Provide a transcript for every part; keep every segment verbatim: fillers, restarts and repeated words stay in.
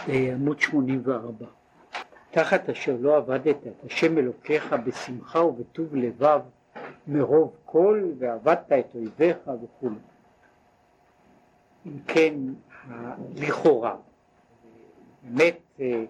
עמוד שמונים וארבע. תחת אשר לא עבדת את השם אלוקיך בשמחה ובטוב לבב מרוב כל ועבדת את אויביך וכו'. אם כן, לכאורה באמת אה,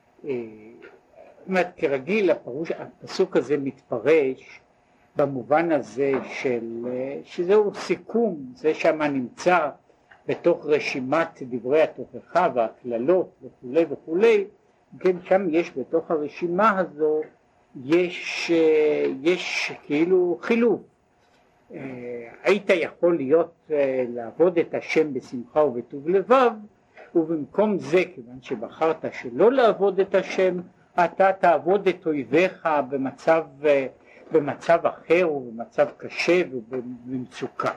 אה, כרגיל הפרוש, הפסוק הזה מתפרש במובן הזה של שזהו סיכום, זה שמה נמצא בתוך רשימת דברי התוכחה והכללות וכולי וכולי. כן, שם יש בתוך הרשימה הזו יש, יש כאילו חילוף. היית יכול להיות לעבוד את השם בשמחה ובטוב לבב, ובמקום זה כיוון שבחרת שלא לעבוד את השם אתה תעבוד את אויביך במצב, במצב אחר ובמצב קשה ובמצוקה.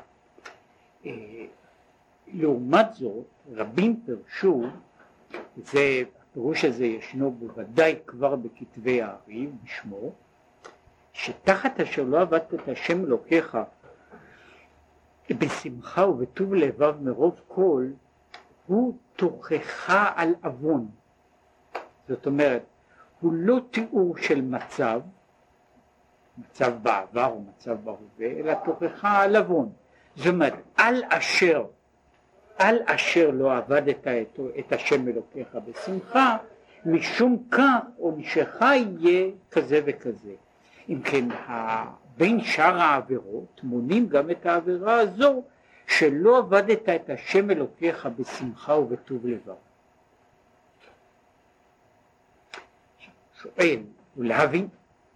לעומת זאת רבים פרשו, זה הפירוש הזה ישנו בוודאי כבר בכתבי הארי בשמו, שתחת אשר לא עבדת את השם אלוקיך בשמחה ובטוב לבב מרוב כל, הוא תוכחה על אבון. זאת אומרת, הוא לא תיאור של מצב, מצב בעבר או מצב בהווה, אלא תוכחה על אבון. זאת אומרת, על אשר על אשר לא עבדת את, את השם אלוקיך בשמחה, משום כך עונשך יהיה כזה וכזה. אם כן, בין שאר העבירות מונים גם את העבירה הזו שלא עבדת את השם אלוקיך בשמחה ובטוב לבב. שואל ולהבין,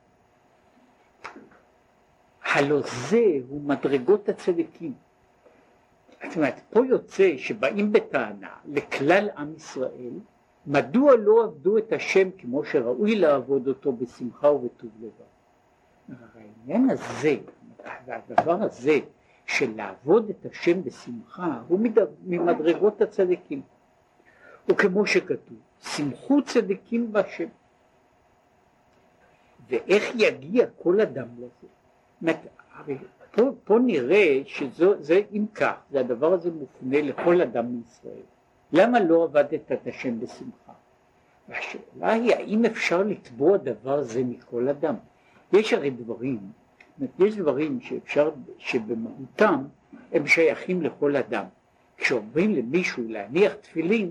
הלא זה הוא מדרגות הצדיקים. זאת אומרת, פה יוצא שבאים בטענה לכלל עם ישראל, מדוע לא עבדו את השם כמו שראוי לעבוד אותו בשמחה ובטוב לבב. העניין הזה, והדבר הזה של לעבוד את השם בשמחה, הוא ממדרגות הצדיקים. וכמו שכתוב, שמחו צדיקים בשם. ואיך יגיע כל אדם לזה? פה, פה נראה שזה, אם כך, זה הדבר הזה מופנה לכל אדם מישראל. למה לא עבדת את השם בשמחה? והשאלה היא, האם אפשר לתבוע דבר זה מכל אדם? יש הרי דברים, יש דברים שאפשר, שבמהותם הם שייכים לכל אדם. כשאומרים למישהו להניח תפילין,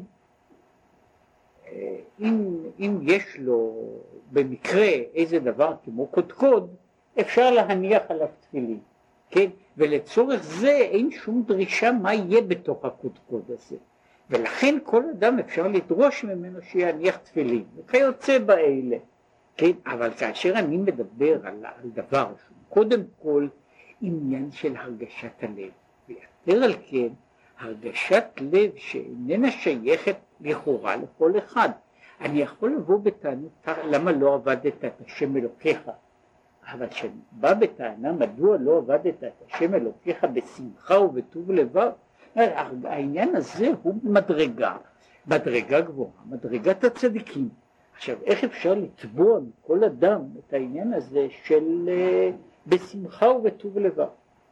אם, אם יש לו במקרה איזה דבר כמו קודקוד, אפשר להניח עליו תפילין. כן? ולצורך זה אין שום דרישה מה יהיה בתוך הקודקוד הזה, ולכן כל אדם אפשר לדרוש ממנו שיניח תפילין וכיוצא באלה. כן? אבל כאשר אני מדבר על, על דבר שהוא קודם כל עניין של הרגשת הלב, ויותר על כן הרגשת לב שאיננה שייכת לכאורה לכל אחד. אני יכול לבוא בטענות למה לא עבדת את השם אלוקיך, אבל כשאני בא בטענה מדוע לא עבדת את השם אלוקיך בשמחה ובטוב לבב, העניין הזה הוא מדרגה, מדרגה גבוהה, מדרגת הצדיקים. עכשיו, איך אפשר לתבוע מכל אדם את העניין הזה של בשמחה ובטוב לבב?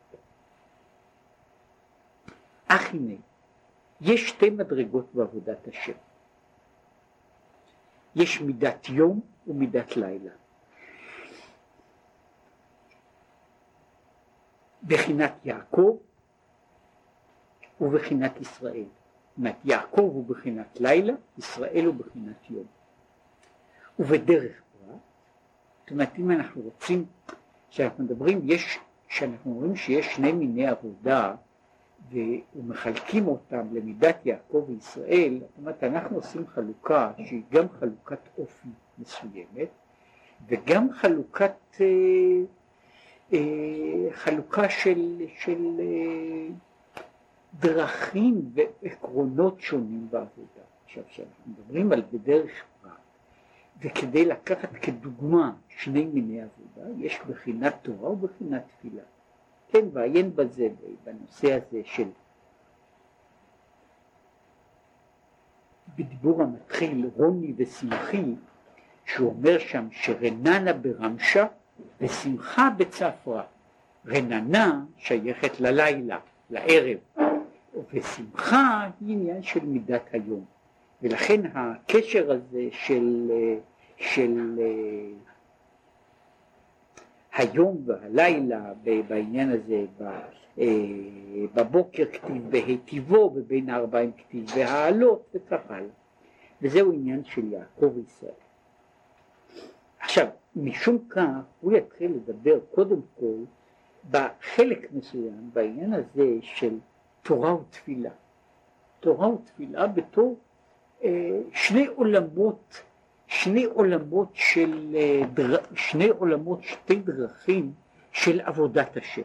אך הנה, יש שתי מדרגות בעבודת השם. יש מידת יום ומידת לילה. בחינת יעקב ובחינת ישראל. זאת יעקב הוא בחינת לילה, ישראל הוא בחינת יום. ובדרך פרט, זאת אומרת, אם אנחנו רוצים, שאנחנו מדברים, יש, שאנחנו אומרים שיש שני מיני עבודה, ומחלקים אותם למידת יעקב וישראל, זאת אומרת, אנחנו עושים חלוקה שהיא גם חלוקת אופי מסוימת, וגם חלוקת אה, אה, חלוקה של, של אה, דרכים ועקרונות שונים בעבודה. עכשיו, שאנחנו מדברים על בדרך פרט, וכדי לקחת כדוגמה שני מיני עבודה, יש בחינת תורה ובחינת תפילה. כן, ועיין בזה, בנושא הזה של בדיבור המתחיל רוני ושמחי, שהוא אומר שם שרננה ברמשה ושמחה בצפרה. רננה שייכת ללילה, לערב, ושמחה היא עניין של מידת היום. ולכן הקשר הזה של, של היום והלילה בעניין הזה, בבוקר כתיב בהיטיבו ובין הארבעים כתיב בהעלות וכך הלאה, וזהו עניין של יעקב ישראל. עכשיו משום כך הוא יתחיל לדבר קודם כל בחלק מסוים בעניין הזה של תורה ותפילה, תורה ותפילה בתור אה, שני עולמות, שני עולמות של אה, דר, שני עולמות, שתי דרכים של עבודת השם.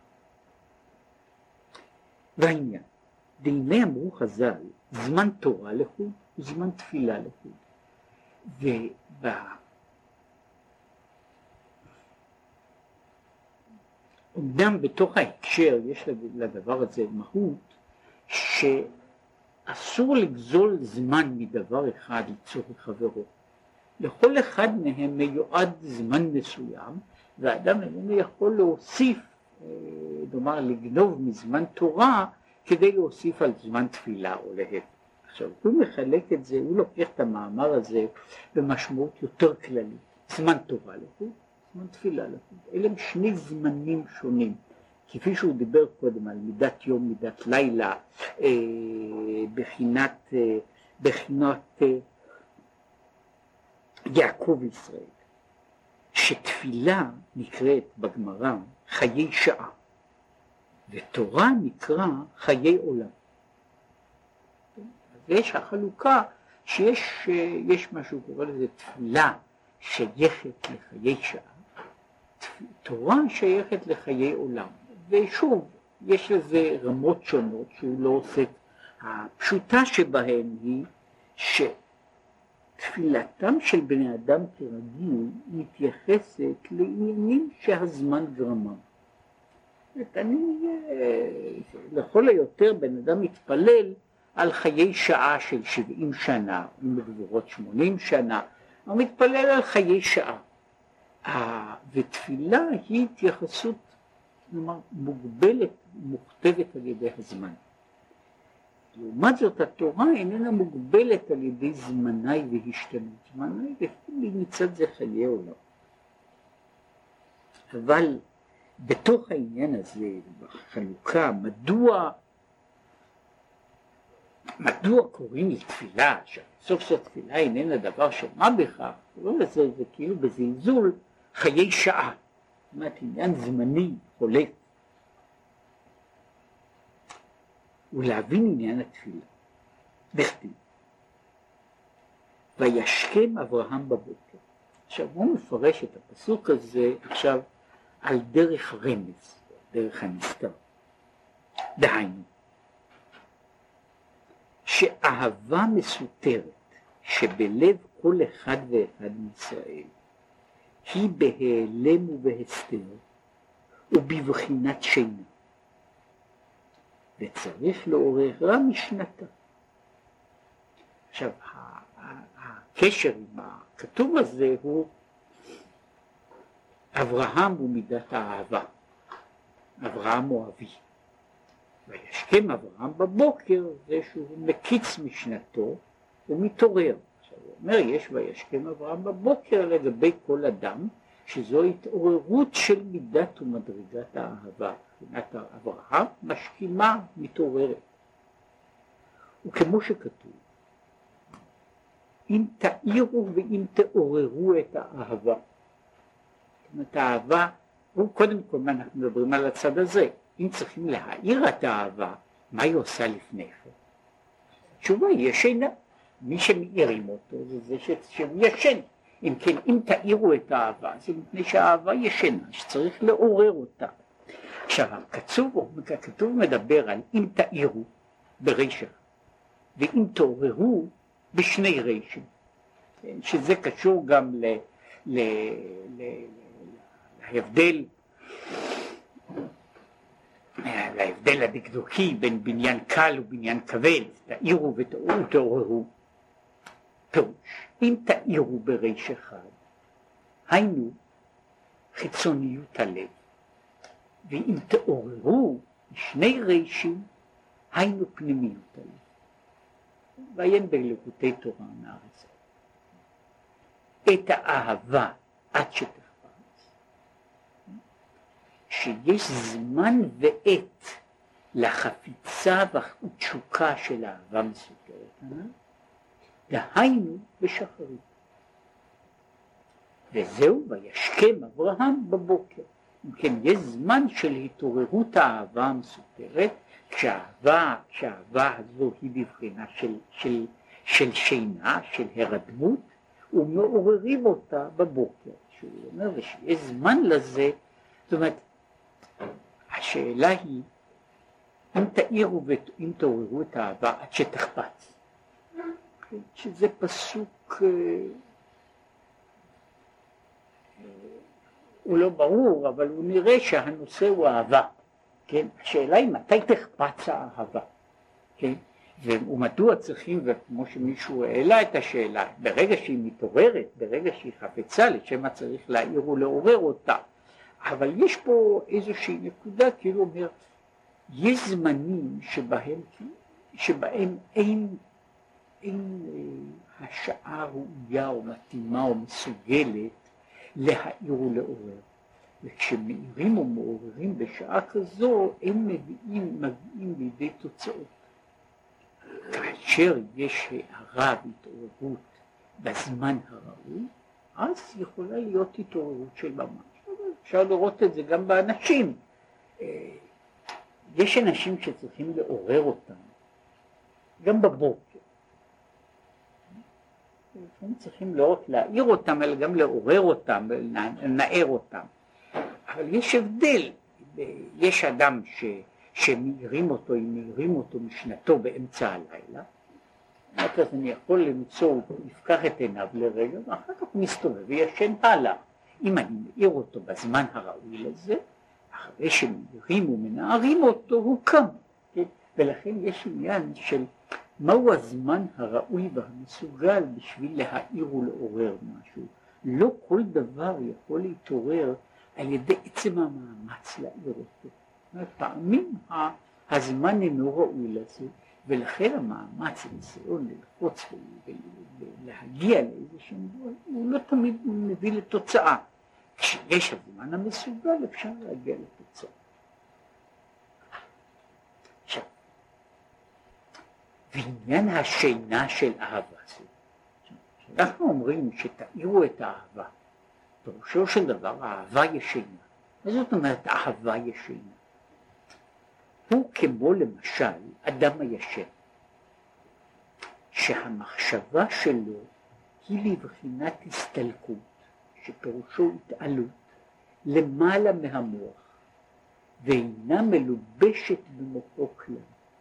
והעניין, והנה אמרו חז"ל, זמן תורה לחוד וזמן תפילה לחוד. וב... אמנם בתוך ההקשר יש לדבר הזה מהות שאסור לגזול זמן מדבר אחד לצורך חברו. לכל אחד מהם מיועד זמן מסוים, והאדם איננו יכול להוסיף, כלומר לגנוב מזמן תורה כדי להוסיף על זמן תפילה או להפך. עכשיו הוא מחלק את זה, הוא לוקח את המאמר הזה במשמעות יותר כללית, זמן תורה לחוד, זמן תפילה לחוד. אלה הם שני זמנים שונים, כפי שהוא דיבר קודם על מידת יום, מידת לילה, אה, בחינת, אה, בחינת אה, יעקב ישראל, שתפילה נקראת בגמרא חיי שעה, ותורה נקרא חיי עולם. ויש החלוקה שיש יש משהו קורא לזה תפילה שייכת לחיי שעה, תורה שייכת לחיי עולם. ושוב, יש לזה רמות שונות שהוא לא עושה. הפשוטה שבהן היא שתפילתם של בני אדם כרגיל מתייחסת לעניינים שהזמן גרמם. אני, לכל היותר בן אדם מתפלל על חיי שעה של שבעים שנה, בגבורות שמונים שנה, הוא מתפלל על חיי שעה. ותפילה היא התייחסות, כלומר, מוגבלת, מוכתבת על ידי הזמן. לעומת זאת, התורה איננה מוגבלת על ידי זמני והשתנות. זמני ומצד זה חיי עולם. אבל בתוך העניין הזה, בחלוקה, מדוע מדוע קוראים לתפילה, שסוף סוף תפילה איננה דבר של מה בכך, קוראים לזה, זה כאילו בזלזול חיי שעה, זאת אומרת עניין זמני חולף. ולהבין עניין התפילה, בכתיב וישכם אברהם בבוקר. עכשיו הוא מפרש את הפסוק הזה עכשיו על דרך רמז, דרך הנסתר. דהיינו שאהבה מסותרת שבלב כל אחד ואחד מישראל היא בהיעלם ובהסתר ובבחינת שינה, וצריך לעוררה משנתה. עכשיו הקשר עם הכתוב הזה הוא אברהם ומידת האהבה, אברהם הוא אבי. וישכם אברהם בבוקר זה שהוא מקיץ משנתו ומתעורר. עכשיו הוא אומר יש וישכם אברהם בבוקר לגבי כל אדם, שזו התעוררות של מידת ומדרגת האהבה. מבחינת אברהם משכימה, מתעוררת. וכמו שכתוב, אם תאירו ואם תעוררו את האהבה. זאת אומרת האהבה, הוא קודם כל מה אנחנו מדברים על הצד הזה. אם צריכים להעיר את האהבה, מה היא עושה לפני כן? התשובה היא ישנה. מי שמעירים אותו זה זה שהוא ישן. אם כן, אם תאירו את האהבה, זה מפני שהאהבה ישנה, שצריך לעורר אותה. עכשיו, הכתוב, הכתוב מדבר על אם תאירו ברישה, ואם תעוררו בשני רישים, שזה קשור גם ל, ל, ל, להבדל, להבדל הדקדוקי בין בניין קל ובניין כבד. תאירו ותעוררו. פירוש, אם תאירו בריש אחד, היינו חיצוניות הלב, ואם תעוררו שני רישים, היינו פנימיות הלב. ועיין בליקוטי תורה מהארץ. את האהבה עד שתחפץ, שיש זמן ועת לחפיצה ותשוקה של אהבה מסוכרת, דהיינו בשחרית. וזהו, וישכם אברהם בבוקר. אם כן, יש זמן של התעוררות האהבה המסוכרת, כשהאהבה, כשהאהבה הזו היא בבחינה של, של, של שינה, של הרדמות, ומעוררים אותה בבוקר. שהוא אומר, ושיש זמן לזה, זאת אומרת, השאלה היא, אם תאירו ואם תעוררו את האהבה עד שתחפץ. שזה פסוק, הוא לא ברור, אבל הוא נראה שהנושא הוא אהבה. כן? השאלה היא מתי תחפץ האהבה. כן? ומדוע צריכים, וכמו שמישהו העלה את השאלה, ברגע שהיא מתעוררת, ברגע שהיא חפצה, לשם מה צריך להעיר ולעורר אותה. אבל יש פה איזושהי נקודה, כאילו אומר, יש זמנים שבהם, שבהם אין, אין אה, השעה ראויה או מתאימה או מסוגלת להעיר ולעורר. וכשמאירים או מעוררים בשעה כזו, הם מביאים, מביאים לידי תוצאות. כאשר יש הערה והתעוררות בזמן הראוי, אז יכולה להיות התעוררות של ממש. אפשר לראות את זה גם באנשים. יש אנשים שצריכים לעורר אותם, גם בבוקר. הם צריכים לא רק להעיר אותם, אלא גם לעורר אותם, לנער אותם. אבל יש הבדל. יש אדם ש... שמאירים אותו, אם מאירים אותו משנתו באמצע הלילה, אז אני יכול למצוא, הוא יפקח את עיניו לרגע, ואחר כך הוא מסתובב וישן הלאה. אם אני מאיר אותו בזמן הראוי לזה, אחרי שמאירים ומנערים אותו, הוא קם. כן? ולכן יש עניין של מהו הזמן הראוי והמסוגל בשביל להעיר ולעורר משהו. לא כל דבר יכול להתעורר על ידי עצם המאמץ להעיר אותו. פעמים הזמן אינו ראוי לזה, ולכן המאמץ, הניסיון ללחוץ ולהגיע לאיזשהו דבר, הוא לא תמיד מביא לתוצאה. כשיש הזמן המסוגל אפשר להגיע לתוצאה. עכשיו, ועניין השינה של אהבה, אנחנו אומרים שתאירו את האהבה, פירושו של דבר האהבה ישנה. מה זאת אומרת אהבה ישנה? הוא כמו למשל אדם הישן, שהמחשבה שלו היא לבחינת הסתלקות, שפירושו התעלות, למעלה מהמוח, ואינה מלובשת במוחו כלל.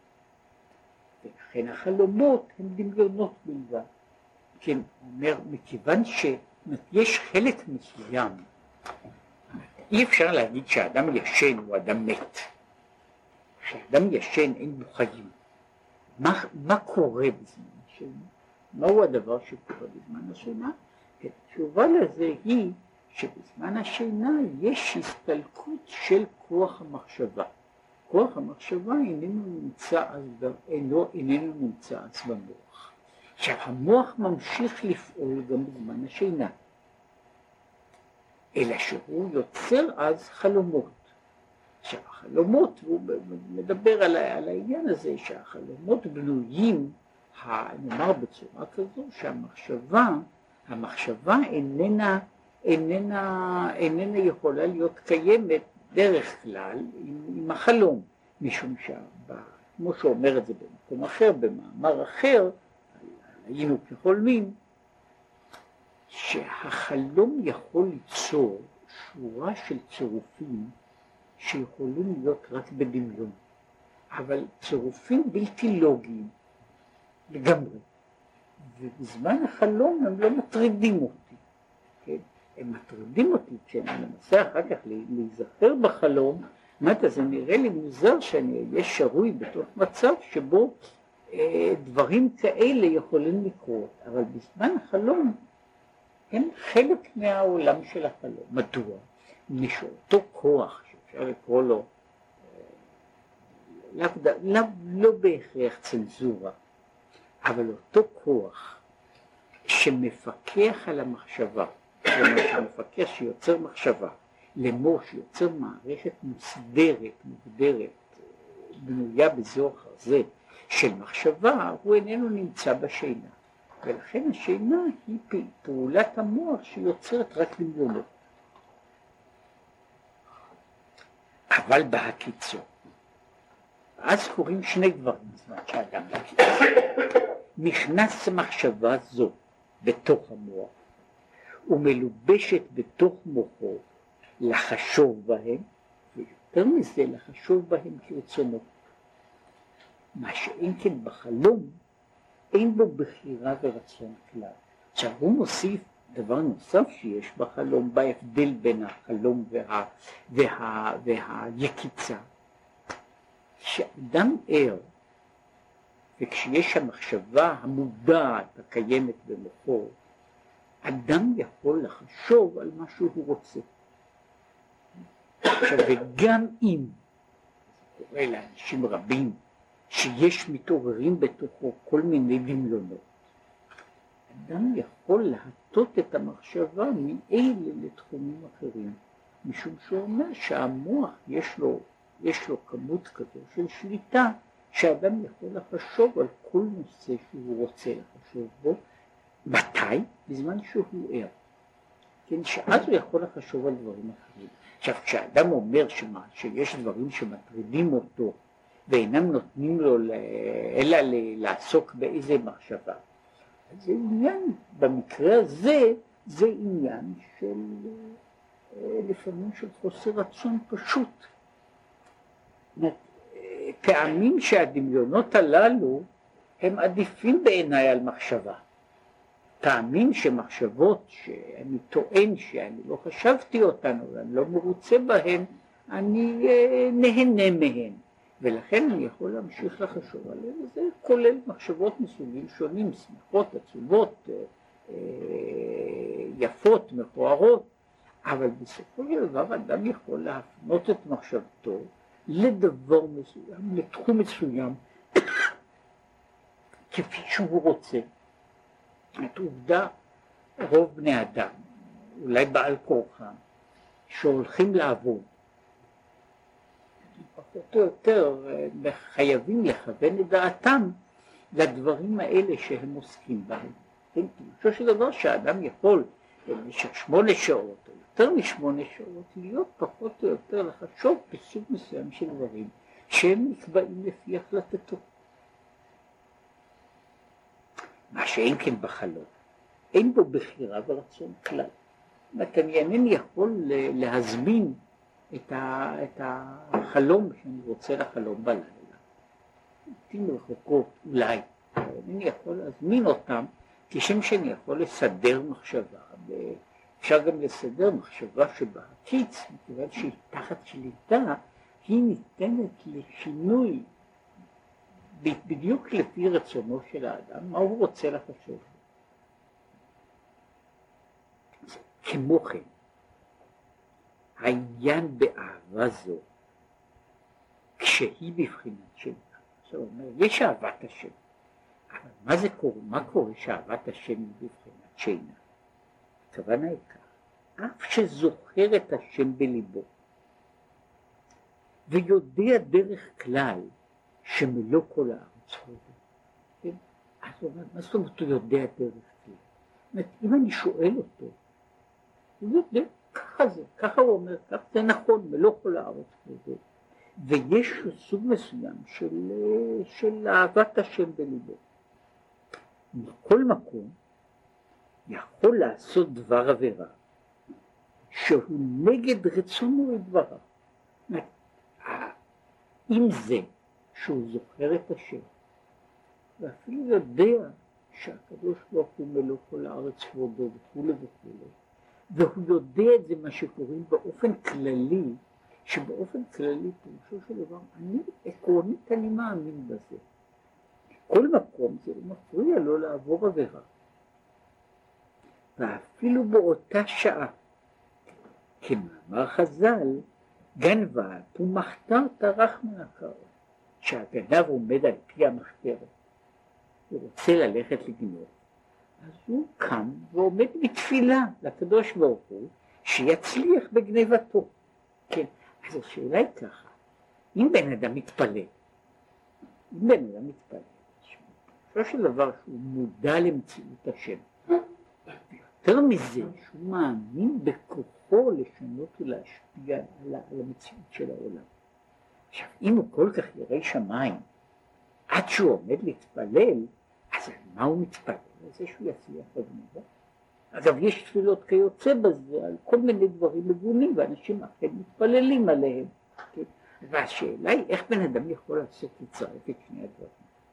ולכן החלומות הם דמיונות בלבד. כן, אומר, מכיוון שיש חלק מסוים, אי אפשר להגיד שהאדם ישן הוא אדם מת. כשאדם ישן אין בו חיים. מה, מה קורה בזמן השינה? מהו הדבר שקורה בזמן השינה? התשובה לזה היא שבזמן השינה יש הסתלקות של כוח המחשבה. כוח המחשבה איננו נמצא אז, אינו, איננו נמצא אז במוח. עכשיו המוח ממשיך לפעול גם בזמן השינה, אלא שהוא יוצר אז חלומות. עכשיו החלומות, הוא מדבר על, על העניין הזה שהחלומות בנויים, נאמר בצורה כזו שהמחשבה, המחשבה איננה, איננה, איננה יכולה להיות קיימת דרך כלל עם, עם החלום, משום שכמו שאומר את זה במקום אחר, במאמר אחר, היינו כחולמים, שהחלום יכול ליצור שורה של צירופים שיכולים להיות רק בדמיון, אבל צירופים בלתי לוגיים לגמרי, ובזמן החלום הם לא מטרידים אותי, כן? הם מטרידים אותי כשאני מנסה אחר כך להיזכר בחלום. מה זה נראה לי מוזר שאני אהיה שרוי בתוך מצב שבו אה, דברים כאלה יכולים לקרות, אבל בזמן החלום הם חלק מהעולם של החלום. מדוע? משאותו כוח שאפשר לקרוא לו לא, לא, לא בהכרח צנזורה, אבל אותו כוח שמפקח על המחשבה, כלומר שמפקח שיוצר מחשבה, לאמור שיוצר מערכת מוסדרת, מוגדרת, בנויה בזו אחר זה של מחשבה, הוא איננו נמצא בשינה. ולכן השינה היא פעולת המוח שיוצרת רק דמיונות. אבל בהקיצור, אז קוראים שני דברים בזמן שהאדם בקיצור. נכנס מחשבה זו בתוך המוח, ומלובשת בתוך מוחו לחשוב בהם, ויותר מזה לחשוב בהם כרצונו. מה שאין כן בחלום, אין בו בחירה ורצון כלל. עכשיו הוא מוסיף דבר נוסף שיש בחלום, בהבדל בין החלום וה, וה, והיקיצה. שאדם ער, וכשיש המחשבה המודעת הקיימת במוחו, אדם יכול לחשוב על מה שהוא רוצה. עכשיו, וגם אם, זה קורה לאנשים רבים, שיש מתעוררים בתוכו כל מיני דמיונות, אדם יכול להטות את המחשבה מאלה לתחומים אחרים, משום שהוא אומר שהמוח יש לו, יש לו כמות כזו של שליטה, שאדם יכול לחשוב על כל נושא שהוא רוצה לחשוב בו. מתי? בזמן שהוא ער. כן, שאז הוא יכול לחשוב על דברים אחרים. עכשיו, כשאדם אומר שמה, שיש דברים שמטרידים אותו, ואינם נותנים לו אלא לעסוק באיזה מחשבה, אז זה עניין, במקרה הזה, זה עניין של לפעמים של חוסר רצון פשוט. פעמים שהדמיונות הללו הם עדיפים בעיניי על מחשבה. פעמים שמחשבות שאני טוען שאני לא חשבתי אותן, או אני לא מרוצה בהן, אני נהנה מהן. ולכן אני יכול להמשיך לחשוב עליהן, וזה כולל מחשבות מסוגים שונים, שמחות, עצובות, יפות, מכוערות, אבל בסופו של דבר אדם יכול להפנות את מחשבתו לדבר מסוים, לתחום מסוים, כפי שהוא רוצה. את עובדה, רוב בני אדם, אולי בעל כורחם, שהולכים לעבוד, פחות או יותר חייבים לכוון את דעתם לדברים האלה שהם עוסקים בהם. כן, פירושו של דבר שהאדם יכול במשך שמונה שעות או יותר משמונה שעות להיות פחות או יותר לחשוב בסוג מסוים של דברים שהם נקבעים לפי החלטתו. מה שאין כן בחלום, אין בו בחירה ורצון כלל. זאת אומרת, אני אינני יכול להזמין את, ה, את החלום שאני רוצה לחלום בלילה. לעתים רחוקות אולי, אני יכול להזמין אותם כשם שאני יכול לסדר מחשבה. אפשר גם לסדר מחשבה שבהקיץ, מכיוון שהיא תחת שליטה, היא ניתנת לשינוי בדיוק לפי רצונו של האדם, מה הוא רוצה לחשוב. כמו כן, העניין באהבה זו, כשהיא בבחינת שינה, זאת אומרת, יש אהבת השם, אבל מה זה קורה? מה קורה שאהבת השם היא בבחינת שינה? הכוונה היא כך, אף שזוכר את השם בליבו, ויודע דרך כלל שמלוא כל הארץ חובה. כן? אז הוא אומר, מה זאת אומרת הוא יודע דרך כלל? זאת אומרת, אם אני שואל אותו, הוא יודע, ככה זה, ככה הוא אומר, כך זה נכון, מלוא כל הארץ חובה. ויש סוג מסוים של, של אהבת השם בליבו. מכל מקום, יכול לעשות דבר עבירה, שהוא נגד רצונו לדברה. אם זה שהוא זוכר את השם, ואפילו יודע שהקדוש ברוך הוא מלוא כל הארץ כבודו וכו' וכו', והוא יודע את זה מה שקוראים באופן כללי, שבאופן כללי פירושו של דבר, אני עקרונית אני מאמין בזה. כל מקום זה מפריע לו לעבור עבירה. ואפילו באותה שעה, כמאמר חז"ל, גנבת ומחתרת רך מהקרוב, שהגנב עומד על פי המחתרת. הוא רוצה ללכת לגנוב, אז הוא קם ועומד בתפילה לקדוש ברוך הוא שיצליח בגנבתו. כן, אז השאלה היא ככה, אם בן אדם מתפלל, אם בן אדם מתפלל, שואל של דבר שהוא מודע למציאות השם, יותר מזה שהוא מאמין בכוחו לשנות ולהשפיע על, על המציאות של העולם. עכשיו, אם הוא כל כך ירא שמיים, עד שהוא עומד להתפלל, אז על מה הוא מתפלל? על זה שהוא יצליח בגנבה. אגב, יש תפילות כיוצא בזה, על כל מיני דברים מגונים, ואנשים אחרי מתפללים עליהם. כן? והשאלה היא, איך בן אדם יכול לעשות לצרף את שני הדברים?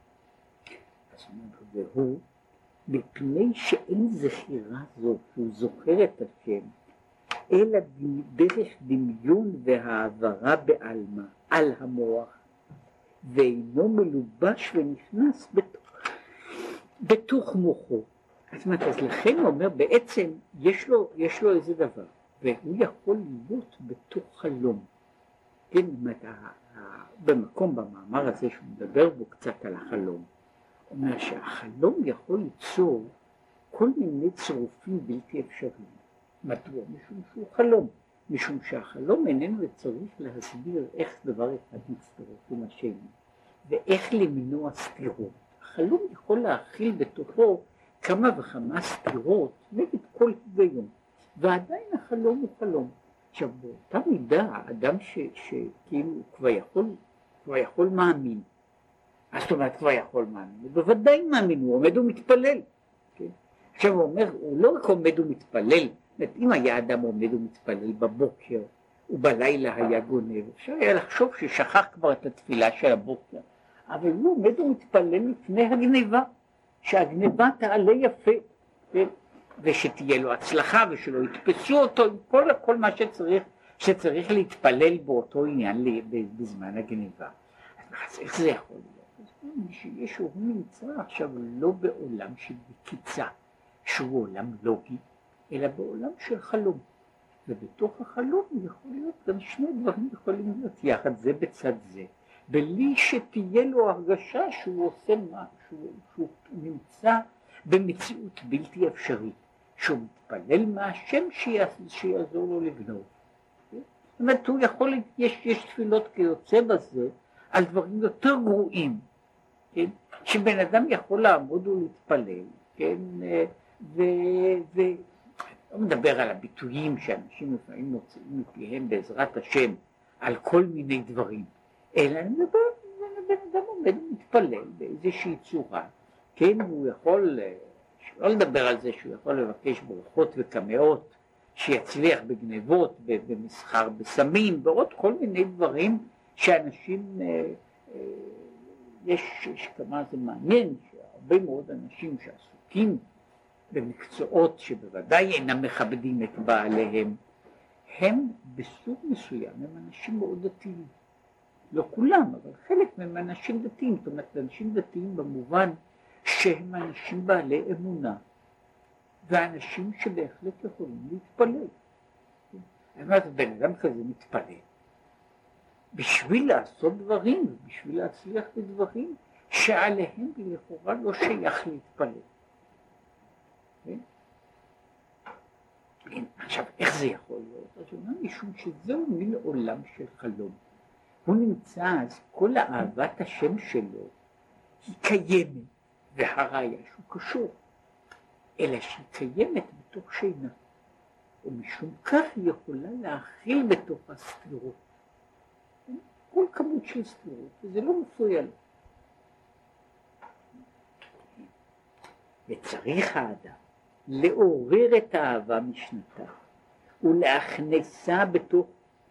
אז והוא, מפני שאין זכירה זו, שהוא זוכר את השם, אלא דרך דמיון והעברה בעלמא, על המוח, ואינו מלובש ונכנס בתוך, בתוך מוחו. אז, אז לכן הוא אומר, בעצם יש לו, יש לו איזה דבר, והוא יכול להיות בתוך חלום. כן, במקום במאמר הזה שהוא מדבר בו קצת על החלום, הוא אומר שהחלום יכול ליצור כל מיני צירופים בלתי אפשריים. מדוע? משום שהוא חלום. משום שהחלום איננו צריך להסביר איך דבר אחד מצטרף עם השני, ואיך למנוע סתירות. החלום יכול להכיל בתוכו כמה וכמה סתירות נגד כל היגיון, ועדיין החלום הוא חלום. עכשיו, באותה מידה, האדם שכאילו כבר יכול, כבר יכול מאמין. אז זאת אומרת, כבר יכול מאמין, הוא בוודאי מאמין, הוא עומד ומתפלל. כן? עכשיו הוא אומר, הוא לא רק עומד ומתפלל, אם היה אדם עומד ומתפלל בבוקר ובלילה היה גונב, אפשר היה לחשוב ששכח כבר את התפילה של הבוקר, אבל הוא עומד ומתפלל לפני הגניבה, שהגניבה תעלה יפה, כן? ושתהיה לו הצלחה ושלא יתפסו אותו, כל, כל מה שצריך, שצריך להתפלל באותו עניין בזמן הגניבה. אז איך זה יכול להיות? שיש הוא נמצא עכשיו לא בעולם של בקיצה, שהוא עולם לוגי, אלא בעולם של חלום. ובתוך החלום יכול להיות גם שני דברים יכולים להיות יחד, זה בצד זה, בלי שתהיה לו הרגשה שהוא עושה מה, שהוא, שהוא נמצא במציאות בלתי אפשרית, שהוא מתפלל מהשם שיעזור לו לגנוב. זאת אומרת, הוא יכול, יש, יש תפילות כיוצא בזה על דברים יותר גרועים, כן? שבן אדם יכול לעמוד ולהתפלל, כן? ו... ו... לא מדבר על הביטויים שאנשים לפעמים מוצאים מפיהם בעזרת השם על כל מיני דברים, אלא אני מדבר, בן אדם עומד ומתפלל באיזושהי צורה, כן? הוא יכול, לא לדבר על זה שהוא יכול לבקש ברכות וקמאות, שיצליח בגנבות, במסחר בסמים, ועוד כל מיני דברים שאנשים, יש, יש כמה זה מעניין, שהרבה מאוד אנשים שעסוקים במקצועות שבוודאי אינם מכבדים את בעליהם, הם בסוג מסוים, הם אנשים מאוד דתיים. לא כולם, אבל חלק מהם אנשים דתיים, זאת אומרת, אנשים דתיים במובן שהם אנשים בעלי אמונה, ואנשים שבהחלט יכולים להתפלל. אני אומרת, בן אדם כזה מתפלל, בשביל לעשות דברים, בשביל להצליח בדברים, שעליהם לכאורה לא שייך להתפלל. עכשיו, איך זה יכול להיות? אז הוא אומר, משום שזהו מין עולם של חלום. הוא נמצא, אז כל אהבת השם שלו היא קיימת, והראיה שהוא קשור, אלא שהיא קיימת בתוך שינה, ומשום כך היא יכולה להכיל בתוך הסתירות. כל כמות של סתירות, וזה לא מפריע לו. וצריך האדם לעורר את האהבה משנתה ולהכנסה בתוך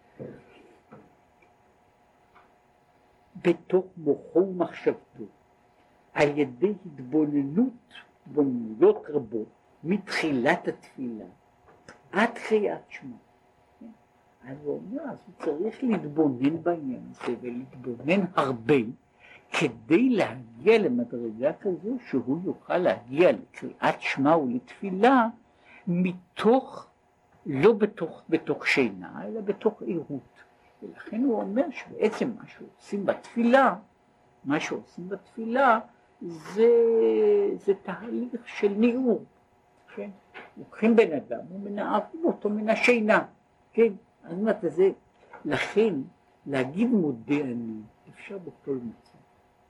בתוך מוחו ומחשבתו על ידי התבוננות, התבוננויות רבות מתחילת התפילה עד קריאת שמע. אז הוא אומר, אז הוא צריך להתבונן בעניין הזה ולהתבונן הרבה כדי להגיע למדרגה כזו שהוא יוכל להגיע לקריאת שמע ולתפילה מתוך, לא בתוך, בתוך שינה, אלא בתוך עירות. ולכן הוא אומר שבעצם מה שעושים בתפילה, מה שעושים בתפילה זה, זה תהליך של ניעור, כן? לוקחים בן אדם ומנערים אותו מן השינה, כן? אז מה זה, לכן להגיד מודה אני אפשר בכל מצב,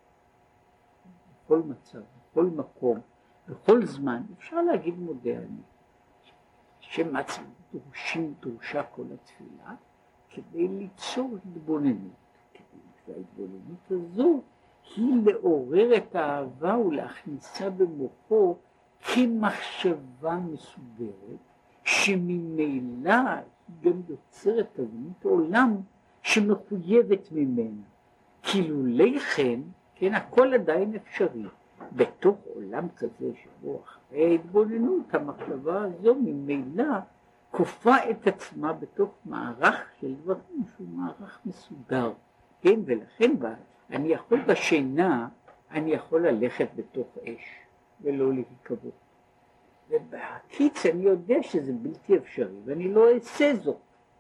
בכל מצב, בכל מקום, בכל זמן אפשר להגיד מודה אני. שמצב דרושים, דרושה כל התפילה כדי ליצור התבוננות, וההתבוננות הזו היא לעורר את האהבה ולהכניסה במוחו כמחשבה מסודרת, שממילא היא גם יוצרת תבנית עולם שמחויבת ממנה. כילולי כן, כן, הכל עדיין אפשרי. בתוך עולם כזה שבו אחרי ההתבוננות המחשבה הזו ממילא כופה את עצמה בתוך מערך של דברים שהוא מערך מסודר, כן? ולכן בה, אני יכול בשינה, אני יכול ללכת בתוך אש ולא להיקבור, ובקיץ אני יודע שזה בלתי אפשרי ואני לא אעשה זאת.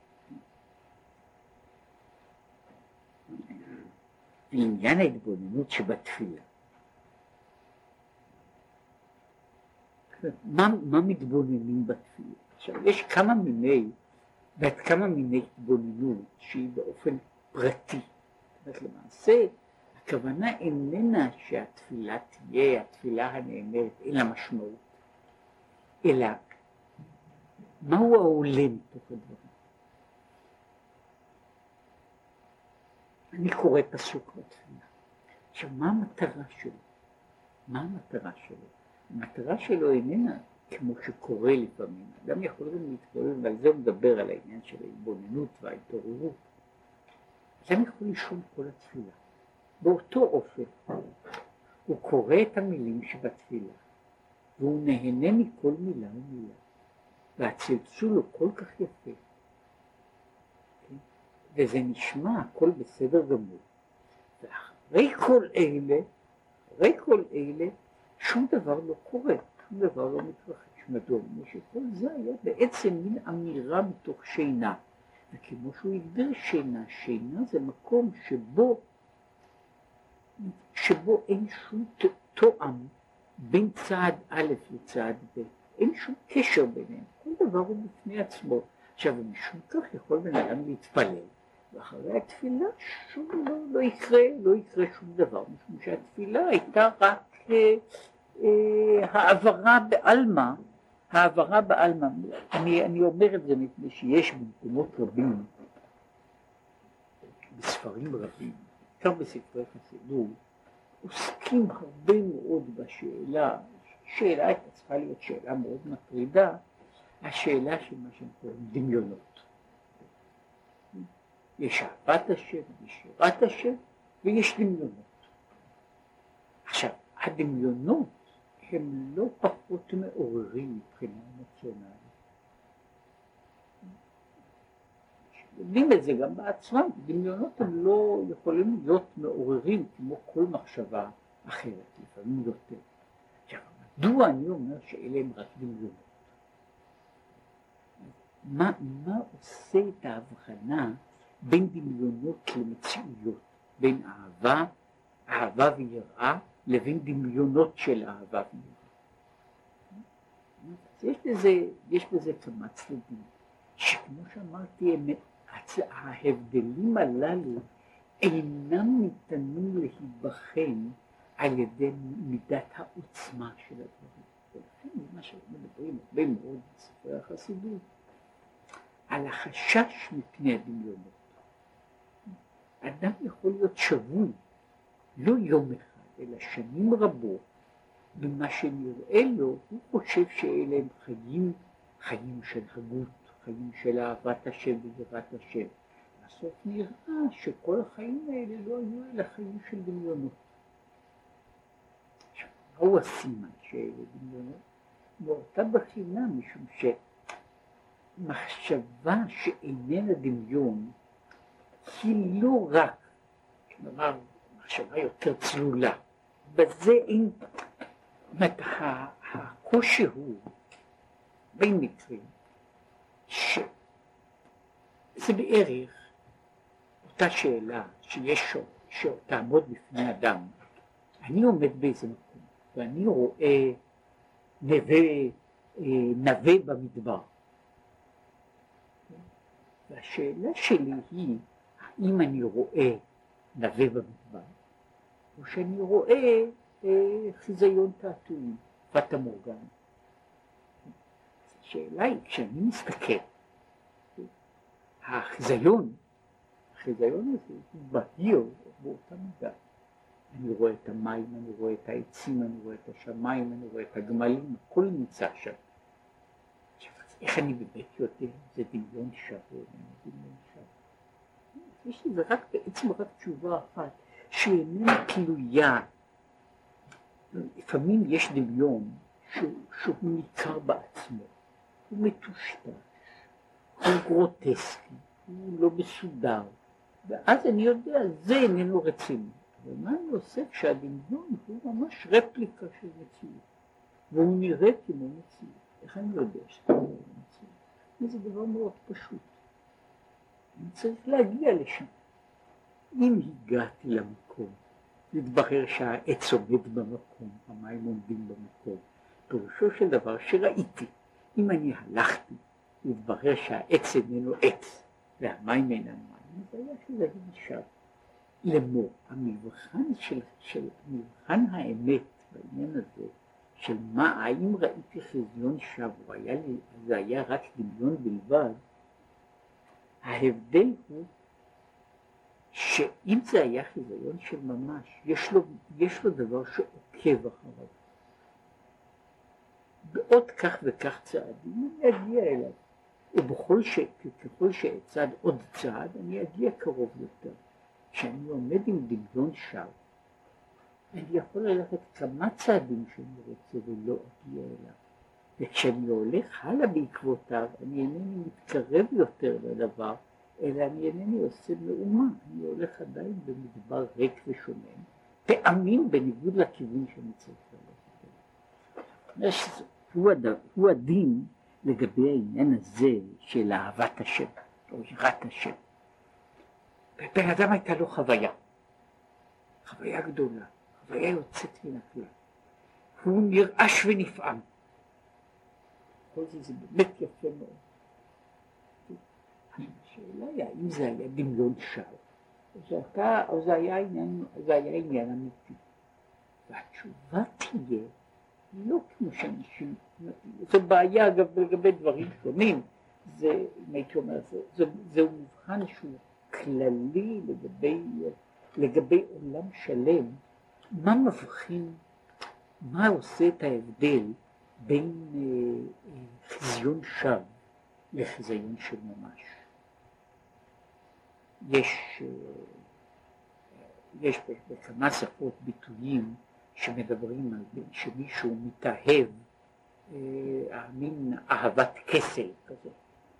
לעניין ההתבוננות שבתפילה, מה, מה מתבוננים בתפילה? עכשיו, יש כמה מיני, ואת כמה מיני התבוננות שהיא באופן פרטי. זאת למעשה, הכוונה איננה שהתפילה תהיה התפילה הנאמרת, אין לה משמעות, אלא מהו העולם תוך הדברים. אני קורא פסוק בתפילה. עכשיו, מה המטרה שלו? מה המטרה שלו? המטרה שלו איננה כמו שקורה לפעמים. אדם יכול גם להתפלל, ועל זה הוא מדבר על העניין של ההתבוננות וההתעוררות. אדם יכול לישון כל התפילה. באותו אופן הוא קורא את המילים שבתפילה, והוא נהנה מכל מילה ומילה. והצלצול הוא כל כך יפה. וזה נשמע הכל בסדר גמור. ואחרי כל אלה, אחרי כל אלה, שום דבר לא קורה, שום דבר לא מתרחש. מדוע? שכל זה היה בעצם מין אמירה מתוך שינה. וכמו שהוא הגדיר שינה, שינה זה מקום שבו, שבו אין שום תואם בין צעד א' לצעד ב'. אין שום קשר ביניהם, כל דבר הוא בפני עצמו. עכשיו, משום כך יכול בן אדם להתפלל, ואחרי התפילה שום לא, לא יקרה, לא יקרה שום דבר, משום שהתפילה הייתה רק אה, אה, העברה בעלמא, העברה בעלמא. אני, אני אומר את זה מפני שיש במקומות רבים, בספרים רבים, גם בספרי חסידות, עוסקים הרבה מאוד בשאלה, שאלה הייתה צריכה להיות שאלה מאוד מטרידה, השאלה של מה שהם קוראים דמיונות. יש אהבת השם, יש יראת השם, ויש דמיונות. עכשיו, הדמיונות הם לא פחות מעוררים מבחינה אמוציונלית. יודעים את זה גם בעצמם, דמיונות הם לא יכולים להיות מעוררים כמו כל מחשבה אחרת, לפעמים יותר. עכשיו, מדוע אני אומר שאלה הם רק דמיונות? מה, מה עושה את ההבחנה בין דמיונות למציאויות, בין אהבה, אהבה ויראה, לבין דמיונות של אהבה ויראה? יש בזה, יש בזה כמה צדדים, שכמו שאמרתי, ההבדלים הללו אינם ניתנים להיבחן על ידי מידת העוצמה של הדברים. ולכן זה מה שמדברים הרבה מאוד בספרי החסידות, על החשש מפני הדמיונות. אדם יכול להיות שבוי, לא יום אחד, אלא שנים רבות, במה שנראה לו, הוא חושב שאלה הם חיים, חיים של הגות, חיים של אהבת השם ויראת השם. בסוף נראה שכל החיים האלה לא היו אלא חיים של דמיונות. עכשיו, מהו הסימן שאלה דמיונות? באותה בחינה, משום שמחשבה שאיננה דמיון, היא לא רק, כלומר, מחשבה יותר צלולה. בזה אין, זאת אומרת, הקושי הוא בין מקרים, שזה בערך אותה שאלה שיש שתעמוד בפני אדם, אני עומד באיזה מקום, ואני רואה נווה, נווה במדבר. והשאלה שלי היא, האם אני רואה נווה במדבר, או שאני רואה אה, חיזיון תעתועים, פטה מורגנה. השאלה היא, כשאני מסתכל, החיזיון, החיזיון הזה הוא בהיר באותה מידה. אני רואה את המים, אני רואה את העצים, אני רואה את השמיים, אני רואה את הגמלים, הכל נמצא שם. איך אני באמת יודע, זה דמיון שווא, דמיון שווא. יש לי רק בעצם רק תשובה אחת, שאיננה תלויה. לפעמים יש דמיון שהוא, שהוא ניכר בעצמו, הוא מטושטש, הוא גרוטסקי, הוא לא מסודר, ואז אני יודע, זה איננו רציני. ומה אני עושה כשהדמיון הוא ממש רפליקה של מציאות, והוא נראה כמו מציאות? איך אני יודע שזה לא מציאות? זה דבר מאוד פשוט. אני צריך להגיע לשם. אם הגעתי למקום, להתברר שהעץ עומד במקום, המים עומדים במקום, פירושו של דבר שראיתי. אם אני הלכתי, להתברר שהעץ איננו עץ, והמים אינם מים, זה היה שזה נשאר. לאמור, המבחן של, של מבחן האמת בעניין הזה, של מה, האם ראיתי חזיון שווא, או היה לי, זה היה רק דמיון בלבד, ההבדל הוא שאם זה היה חזיון של ממש, יש לו, יש לו דבר שעוקב אחריו. בעוד כך וכך צעדים אני אגיע אליו, ובכל ש... ככל שאצעד עוד צעד אני אגיע קרוב יותר. כשאני עומד עם דמיון שווא, אני יכול ללכת כמה צעדים שאני רוצה ולא אגיע אליו. וכשאני הולך הלאה בעקבותיו, אני אינני מתקרב יותר לדבר, אלא אני אינני עושה מאומה. אני הולך עדיין במדבר ריק ושומם, פעמים בניגוד לכיוון שאני צריך ללכת. הוא, הד... הוא הדין לגבי העניין הזה של אהבת השם, או יראת השם. בן אדם הייתה לו חוויה, חוויה גדולה, חוויה יוצאת מן הכלל. הוא נרעש ונפעם. כל זה זה באמת יפה מאוד. השאלה היא, האם זה היה דמיון שווא, או, או זה היה עניין, זה היה עניין אמיתי. והתשובה תהיה, לא כמו שאנשים, זו בעיה אגב לגבי דברים שונים, זה, אם הייתי אומר, זה, זה, זהו מבחן שהוא כללי לגבי, לגבי עולם שלם, מה מבחין, מה עושה את ההבדל בין אה, חזיון שווא לחזיון של ממש. יש, אה, יש בכמה שפות ביטויים שמדברים על שמישהו מתאהב, אה, מין אהבת כסל כזה.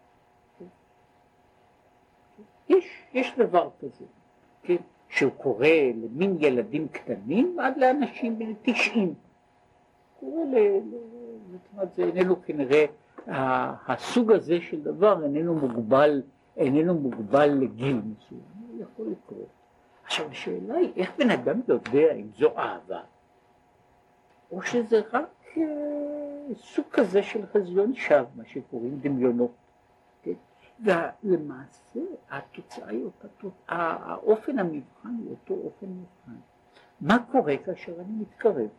יש, יש דבר כזה, כן? שהוא קורא למין ילדים קטנים עד לאנשים בין תשעים. קורא ל... זאת אומרת, זה איננו כנראה, הסוג הזה של דבר איננו מוגבל, איננו מוגבל לגיל מסוים, הוא יכול לקרות. עכשיו השאלה היא, איך בן אדם יודע אם זו אהבה, או שזה רק אה, סוג כזה של חזיון שווא, מה שקוראים דמיונות. כן? ולמעשה התוצאה היא אותה תוצאה, האופן המבחן הוא אותו אופן מבחן. מה קורה כאשר אני מתקרב?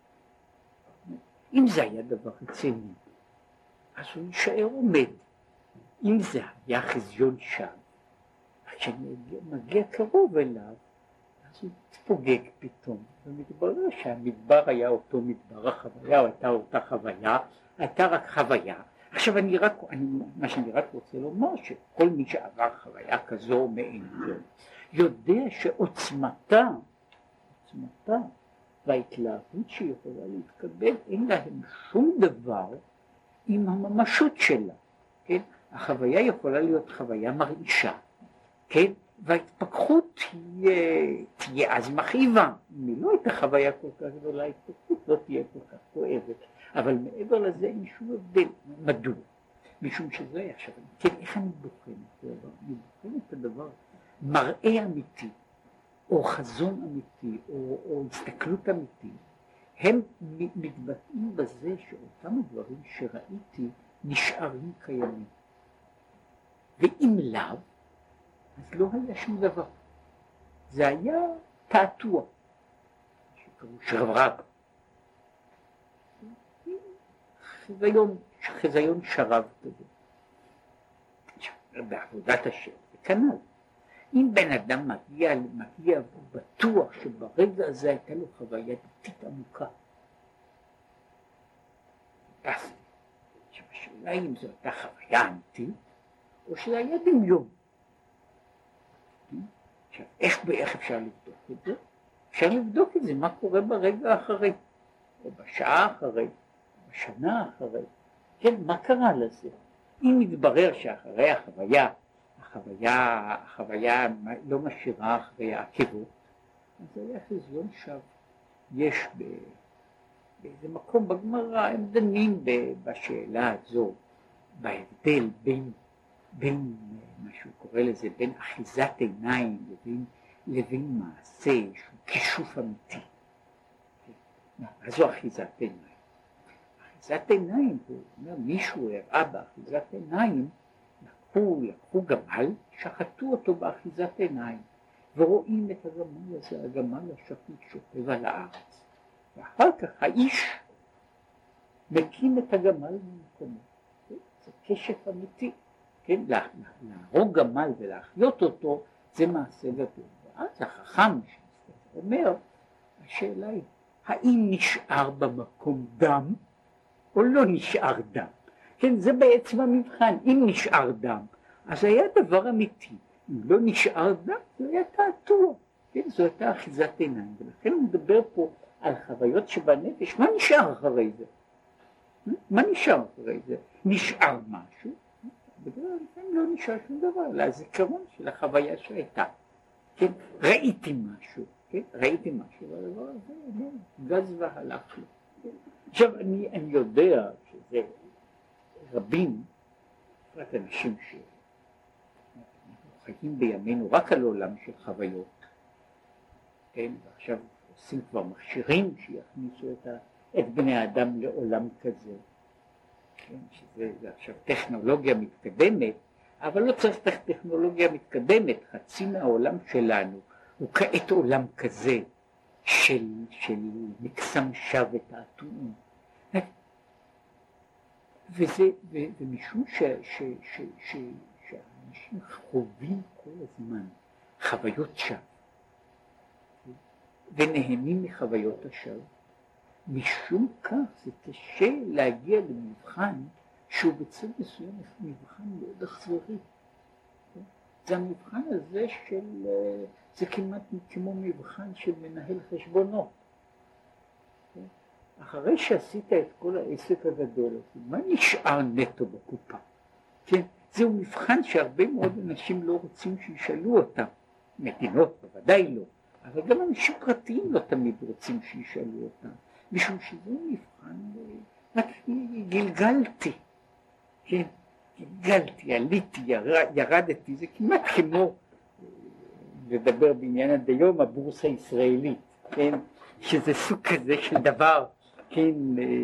אם זה היה דבר רציני, אז הוא יישאר עומד. אם זה היה חזיון שווא, כשאני מגיע קרוב אליו, אז הוא מתפוגג פתאום, ומתברר שהמדבר היה אותו מדבר, החוויה או הייתה אותה חוויה, הייתה רק חוויה. עכשיו אני רק, אני, מה שאני רק רוצה לומר, שכל מי שעבר חוויה כזו או מעין זו, יודע שעוצמתה, עוצמתה וההתלהבות שיכולה להתקבל, אין להם שום דבר עם הממשות שלה, כן? החוויה יכולה להיות חוויה מרעישה, כן? וההתפכחות תהיה, תהיה אז מכאיבה. אם היא לא הייתה חוויה כל כך גדולה, ההתפכחות לא תהיה כל כך כואבת. אבל מעבר לזה אין שום הבדל. מדוע? משום שזה היה עכשיו. כן, איך אני בוחן את הדבר? אני בוחן את הדבר מראה אמיתי, או חזון אמיתי, או, או הסתכלות אמיתית, הם מתבטאים בזה שאותם הדברים שראיתי נשארים קיימים. ואם לאו, אז לא היה שום דבר. זה היה תעתוע, שקראו שרברב. חזיון, חזיון שרב כזה. בעבודת השם, זה כנ"ל. אם בן אדם מגיע, מגיע והוא בטוח שברגע הזה הייתה לו חוויה דתית עמוקה. אז, השאלה אם זו הייתה חוויה אמיתית, או שזה היה דמיון. עכשיו, איך, איך אפשר לבדוק את זה? אפשר לבדוק את זה, מה קורה ברגע האחרי, או בשעה האחרי, או בשנה האחרי. כן, מה קרה לזה? אם מתברר שאחרי החוויה, החוויה, החוויה לא משאירה אחרי העקבות, אז זה היה חזיון שווא. יש ב, באיזה מקום בגמרא, הם דנים בשאלה הזו, בהבדל בין, בין מה שהוא קורא לזה, בין אחיזת עיניים לבין, לבין מעשה שהוא כישוף אמיתי. אז זו אחיזת עיניים. אחיזת עיניים, הוא אומר, מישהו הראה באחיזת עיניים, לקחו, לקחו גמל, שחטו אותו באחיזת עיניים, ורואים את הגמל הזה, הגמל השחוט שוכב על הארץ. ואחר כך האיש מקים את הגמל ממקומו. זה כשף אמיתי. כן? להרוג גמל ולהחיות אותו, זה מעשה גדול. ואז החכם אומר, השאלה היא, האם נשאר במקום דם, או לא נשאר דם? כן, זה בעצם המבחן. אם נשאר דם, אז היה דבר אמיתי. אם לא נשאר דם, זה היה תעתוע. כן, זו הייתה אחיזת עיניים. ולכן הוא מדבר פה על חוויות שבנפש. מה נשאר אחרי זה? מה נשאר אחרי זה? נשאר משהו, בגלל לפעמים לא נשאר שום דבר, לזיכרון של החוויה שהייתה. כן, ראיתי משהו, כן, ראיתי משהו, והדבר הזה, גז והלך לו. עכשיו, אני, אני יודע שזה רבים, רק אנשים שחיים בימינו רק על עולם של חוויות, כן, ועכשיו עושים כבר מכשירים שיכניסו את, ה, את בני האדם לעולם כזה, כן, שזה עכשיו טכנולוגיה מתקדמת, אבל לא צריך טכנולוגיה מתקדמת, חצי מהעולם שלנו הוא כעת עולם כזה של, של מקסם שווא ותעתועים. וזה, ו, ומשום ש, ש, ש, ש, שאנשים חווים כל הזמן חוויות שווא, ונהנים מחוויות השווא, משום כך זה קשה להגיע למבחן שהוא בצד מסוים מבחן מאוד אכזרי. זה המבחן הזה של, זה כמעט כמו מבחן של מנהל חשבונות. אחרי שעשית את כל העסק הגדול הזה, מה נשאר נטו בקופה? כן? זהו מבחן שהרבה מאוד אנשים לא רוצים שישאלו אותם. מדינות בוודאי לא, אבל גם אנשים פרטיים לא תמיד רוצים שישאלו אותם. משום שזה מבחן, רק גלגלתי, כן, גלגלתי, עליתי, ירד, ירדתי, זה כמעט כמו לדבר בעניין עד היום, הבורסה הישראלית, כן, שזה סוג כזה של דבר, כן,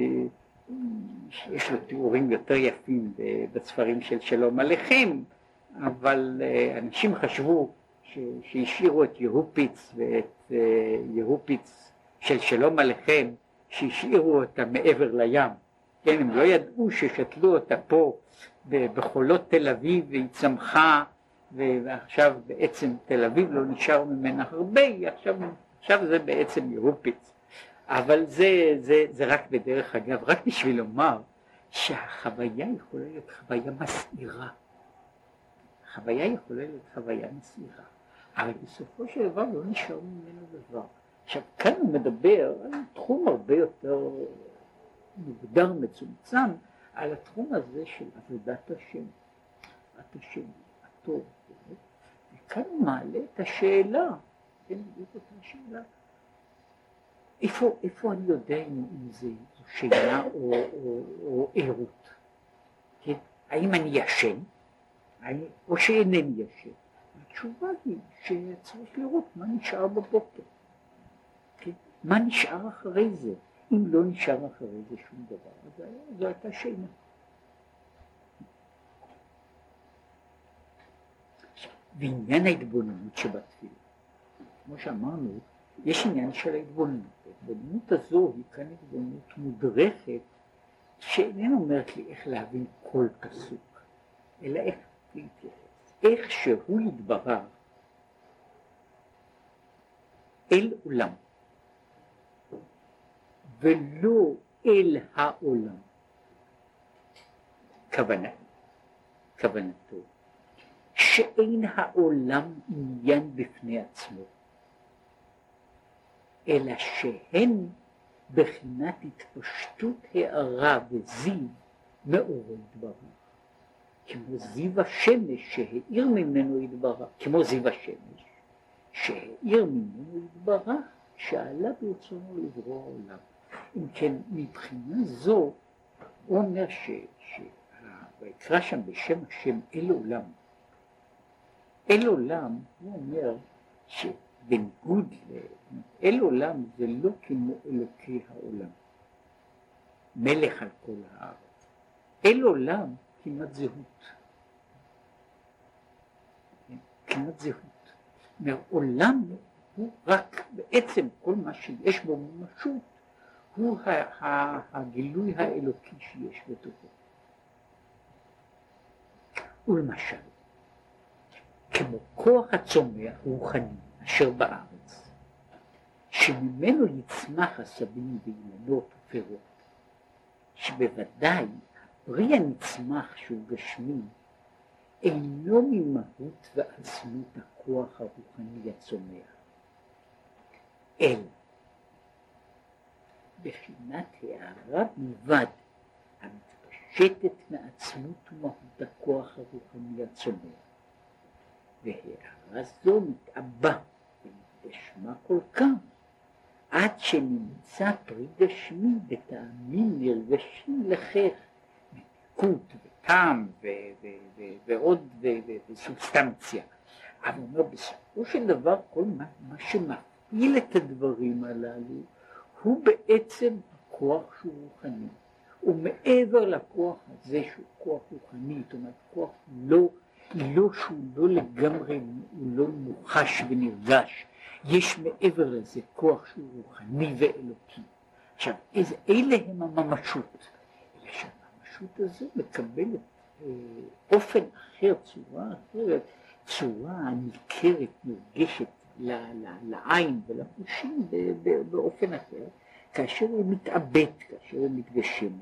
יש לו תיאורים יותר יפים בספרים של שלום עליכם, אבל אנשים חשבו שהשאירו את יהופיץ ואת יהופיץ של שלום עליכם, שהשאירו אותה מעבר לים, כן, הם לא ידעו ששתלו אותה פה בחולות תל אביב והיא צמחה, ועכשיו בעצם תל אביב לא נשאר ממנה הרבה, עכשיו, עכשיו זה בעצם יהופיץ. אבל זה, זה, זה רק בדרך אגב, רק בשביל לומר שהחוויה יכולה להיות חוויה מסעירה. החוויה יכולה להיות חוויה מסעירה, אבל בסופו של דבר לא נשאר ממנו דבר. עכשיו, כאן הוא מדבר על תחום הרבה יותר מוגדר, מצומצם, על התחום הזה של עבודת השם, עבודת השם, הטוב. וכאן הוא מעלה את השאלה, כן, בדיוק את השאלה, איפה, איפה אני יודע אם זה שינה או, או, או עירות? כן? האם אני ישן? או שאינני ישן? התשובה היא שצריך לראות מה נשאר בבוקר. כן? מה נשאר אחרי זה? אם לא נשאר אחרי זה שום דבר, אז זו הייתה שינה. ועניין ההתבוננות שבתפילה, כמו שאמרנו, יש עניין של ההתבוננות. ההתבוננות הזו היא כאן התבוננות מודרכת, שאיננה אומרת לי איך להבין כל פסוק, אלא איך להתייחס. איך שהוא יתברך אל עולם, ולא אל העולם. כוונה, כוונתו, שאין העולם עניין בפני עצמו, אלא שהן בחינת התפשטות הערה וזיו מאורו יתברך, כמו זיו השמש שהאיר ממנו יתברך, כמו זיו השמש שהאיר ממנו יתברך, שעלה ברצונו לברוא העולם. אם כן, מבחינה זו הוא אומר ויקרא שם בשם השם אל עולם. אל עולם, הוא אומר שבניגוד אל עולם זה לא כמו אלוקי העולם, מלך על כל הארץ. אל עולם כמעט זהות, כמעט זהות. מעולם הוא רק בעצם כל מה שיש בו ממשות, הוא הגילוי האלוקי שיש בתוכו. ולמשל, כמו כוח הצומח רוחני אשר בארץ, שממנו יצמח עשבים ואילנות ופירות, שבוודאי הפרי הנצמח שהוא גשמי אינו ממהות ועצמות הכוח הרוחני הצומח, אלא בחינת הערה בלבד המתפשטת מעצמות ומהות הכוח הרוחני הצומח, והערה זו מתעבה ומתגשמה כל כך עד שנמצא פרי גשמי בטעמים נרגשים לכך, מתיקות וטעם ו- ו- ו- ועוד וסובסטנציה. אבל אומר בסופו של דבר כל מה, מה שמפעיל את הדברים הללו הוא בעצם הכוח שהוא רוחני, ומעבר לכוח הזה שהוא כוח רוחני, זאת אומרת כוח לא, לא שהוא לא לגמרי, הוא לא מוחש ונרגש, יש מעבר לזה כוח שהוא רוחני ואלוקי. עכשיו, איזה, אלה הם הממשות, אלא שהממשות הזו מקבלת אה, אופן אחר, צורה אחרת, צורה ניכרת, נרגשת ל, ל, לעין ולחושים באופן אחר, כאשר היא מתאבד, כאשר היא מתגשמת.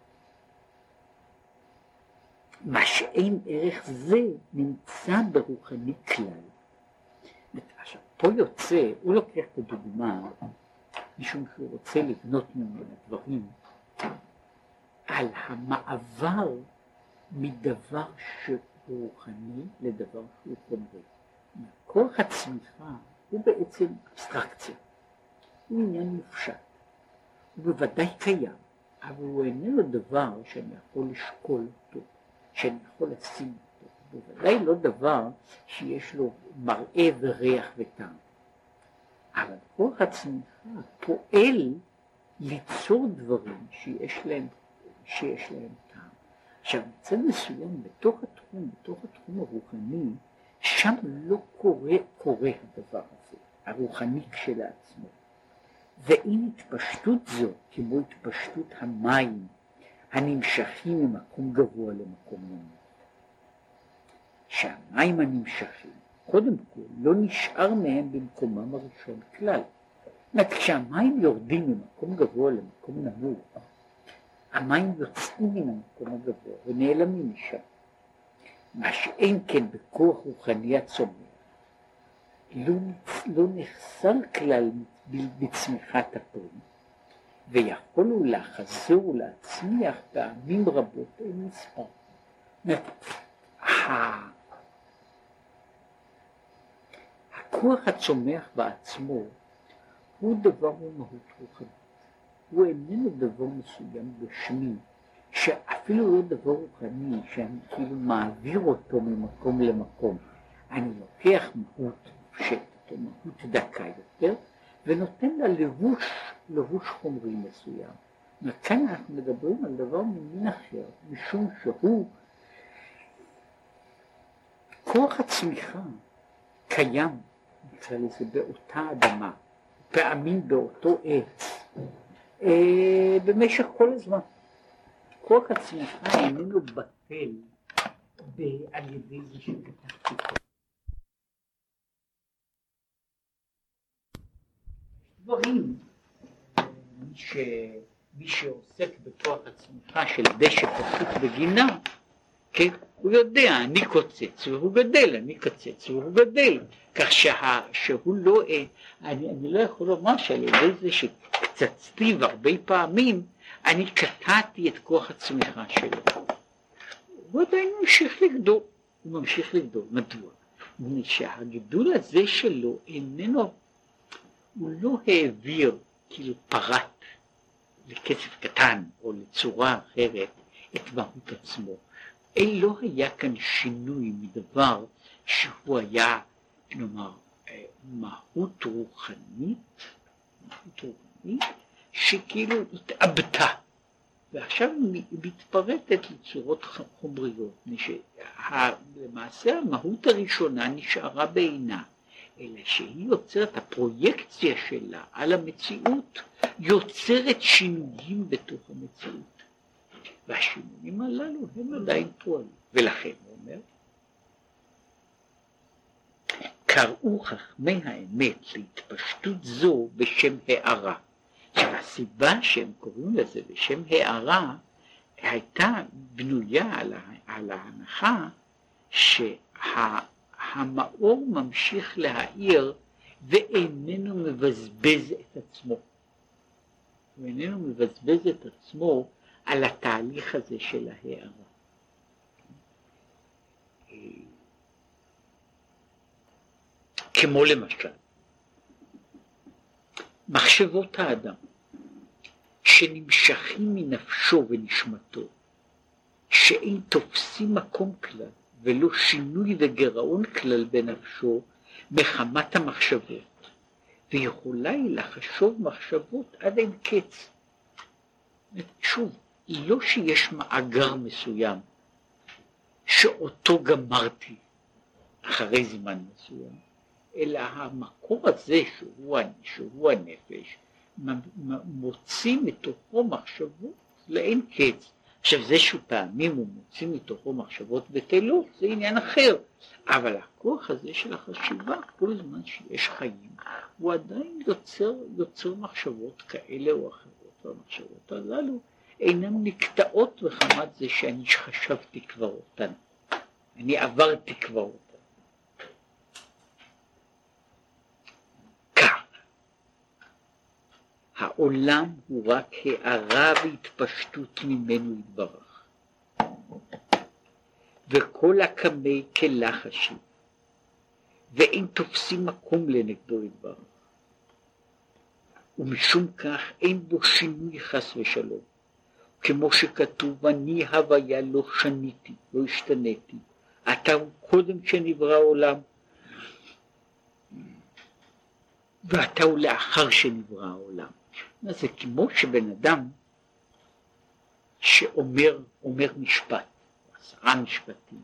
מה שאין ערך זה נמצא ברוחני כלל. עכשיו, פה יוצא, הוא לוקח את הדוגמה, משום שהוא רוצה לבנות ממנו דברים, על המעבר מדבר שהוא רוחני לדבר שהוא חומרי. כוח הצמיחה הוא בעצם אבסטרקציה, הוא עניין מופשט, הוא בוודאי קיים, אבל הוא איננו דבר שאני יכול לשקול אותו, שאני יכול לשים אותו, בוודאי לא דבר שיש לו מראה וריח וטעם. אבל כוח הצמיחה פועל ליצור דברים שיש להם, שיש להם טעם. עכשיו, מצד מסוים בתוך התחום, בתוך התחום הרוחני, שם לא קורה, קורה הדבר הזה, הרוחני כשלעצמו. ואם התפשטות זו, כמו התפשטות המים הנמשכים ממקום גבוה למקום נמוך, שהמים הנמשכים, קודם כל, לא נשאר מהם במקומם הראשון כלל. זאת אומרת, כשהמים יורדים ממקום גבוה למקום נמוך, המים יוצאים מן המקום הגבוה ונעלמים משם. מה שאין כן בכוח רוחני הצומח, לא, לא נחסר כלל בצמיחת הפרי, ויכולו לחזור ולהצמיח פעמים רבות אין מספר. הכוח הצומח בעצמו הוא דבר ומהות רוחנית, הוא איננו דבר מסוים גשמי, שאפילו לא דבר רוחני שאני כאילו מעביר אותו ממקום למקום. אני לוקח מהות מופשטת או מהות דקה יותר ונותן לה לבוש, לבוש חומרי מסוים. וכאן אנחנו מדברים על דבר ממין אחר, משום שהוא כוח הצמיחה קיים, נקרא לזה, באותה אדמה, פעמים באותו עץ, אה, במשך כל הזמן. כוח הצמיחה איננו בטל על ידי זה שכתבתי פה. דברים, מי, ש... מי שעוסק בכוח הצמיחה של דשא פשוט בגינה, כן? הוא יודע, אני קוצץ והוא גדל, אני קצץ והוא גדל, כך שה... שהוא לא, אני, אני לא יכול לומר שעל ידי זה שקצצתי והרבה פעמים, אני קטעתי את כוח הצמיחה שלו. הוא עדיין ממשיך לגדול, הוא ממשיך לגדול. מדוע? מפני שהגידול הזה שלו איננו, הוא לא העביר, כאילו פרט לקצב קטן או לצורה אחרת את מהות עצמו. אין לא היה כאן שינוי מדבר שהוא היה, כלומר, מהות רוחנית, מהות רוחנית, שכאילו התאבטה, ועכשיו היא מתפרטת לצורות חומריות, למעשה המהות הראשונה נשארה בעינה, אלא שהיא יוצרת, הפרויקציה שלה על המציאות, יוצרת שינויים בתוך המציאות, והשינויים הללו הם עדיין פועלים, ולכן הוא אומר, קראו חכמי האמת להתפשטות זו בשם הערה. שהסיבה שהם קוראים לזה בשם הערה הייתה בנויה על, על ההנחה שהמאור ממשיך להאיר ואיננו מבזבז את עצמו. הוא איננו מבזבז את עצמו על התהליך הזה של ההערה. כמו למשל, מחשבות האדם שנמשכים מנפשו ונשמתו, שאין תופסים מקום כלל ולא שינוי וגרעון כלל בנפשו מחמת המחשבות, ויכולה היא לחשוב מחשבות עד אין קץ. שוב, לא שיש מאגר מסוים שאותו גמרתי אחרי זמן מסוים, אלא המקור הזה שהוא, שהוא הנפש, מוציא מתוכו מחשבות לאין קץ. עכשיו זה שפעמים הוא מוציא מתוכו מחשבות בטלות, זה עניין אחר, אבל הכוח הזה של החשיבה, כל זמן שיש חיים, הוא עדיין יוצר, יוצר מחשבות כאלה או אחרות, והמחשבות הללו אינן נקטעות בחמת זה שאני חשבתי כבר אותן, אני עברתי כבר אותן. העולם הוא רק הערה והתפשטות ממנו יתברך, וכל הקמי כלחשים, ואין תופסים מקום לנגדו יתברך, ומשום כך אין בו שינוי חס ושלום, כמו שכתוב, אני הוויה לא שניתי, לא השתניתי, אתה הוא קודם שנברא העולם, ואתה הוא לאחר שנברא העולם. זה כמו שבן אדם שאומר אומר משפט, עשרה משפטים,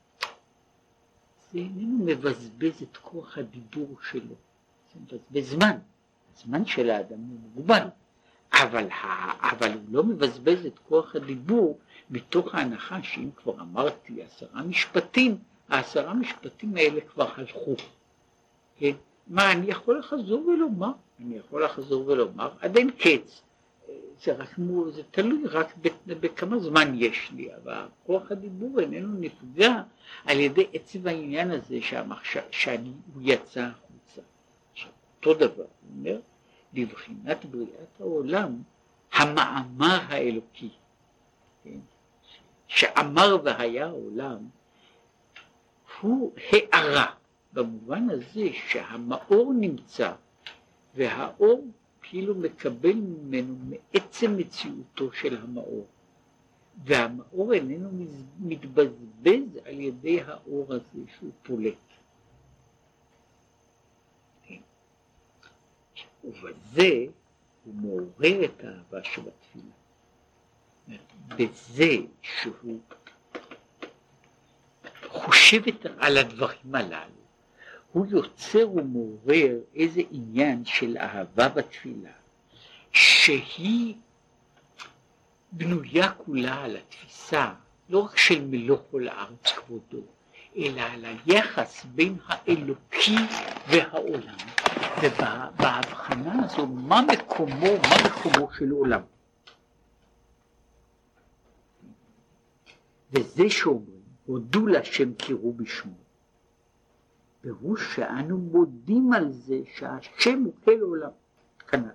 זה איננו מבזבז את כוח הדיבור שלו, זה מבזבז זמן, הזמן של האדם הוא מוגבל, אבל, אבל הוא לא מבזבז את כוח הדיבור מתוך ההנחה שאם כבר אמרתי עשרה משפטים, העשרה משפטים האלה כבר הלכו, כן? מה אני יכול לחזור ולומר? אני יכול לחזור ולומר, עד אין קץ. זה, רק, זה תלוי רק בכמה זמן יש לי, אבל כוח הדיבור איננו נפגע על ידי עצב העניין הזה שהמחשב, שאני, הוא יצא החוצה. עכשיו, אותו דבר, הוא אומר, לבחינת בריאת העולם, המאמר האלוקי, כן? שאמר והיה העולם, הוא הערה. במובן הזה שהמאור נמצא, והאור כאילו מקבל ממנו מעצם מציאותו של המאור, והמאור איננו מתבזבז על ידי האור הזה שהוא פולט. ובזה הוא מעורר את האהבה שבתפילה. בזה שהוא חושב על הדברים הללו, הוא יוצר ומעורר איזה עניין של אהבה בתפילה, שהיא בנויה כולה על התפיסה, לא רק של מלוך כל הארץ כבודו, אלא על היחס בין האלוקי והעולם, ובהבחנה הזו מה מקומו, מה מקומו של עולם. וזה שאומרים, הודו להשם קראו בשמו, פירוש שאנו מודים על זה שהשם הוא כל עולם, כנ"ל.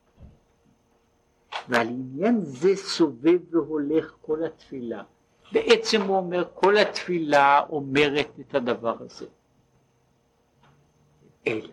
ועל עניין זה סובב והולך כל התפילה. בעצם הוא אומר, כל התפילה אומרת את הדבר הזה. אלא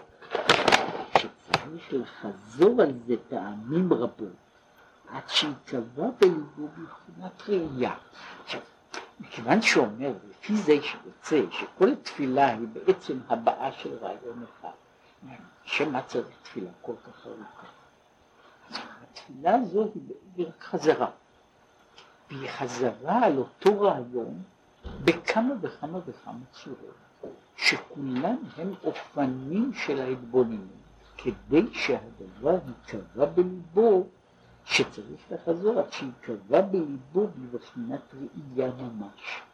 שצריך לחזור על זה פעמים רבות, עד שיקבע בליבו בבחינת ראייה. עכשיו, מכיוון שאומר, לפי זה שיוצא, שכל התפילה היא בעצם הבאה של רעיון אחד, שמה צריך תפילה כל כך ארוכה? התפילה הזו היא רק חזרה, והיא חזרה על אותו רעיון בכמה וכמה וכמה צורות, שכולן הם אופנים של ההתבוננות, כדי שהדבר יקבע בליבו, שצריך לחזור עד שיקבע בליבו בבחינת ראייה ממש.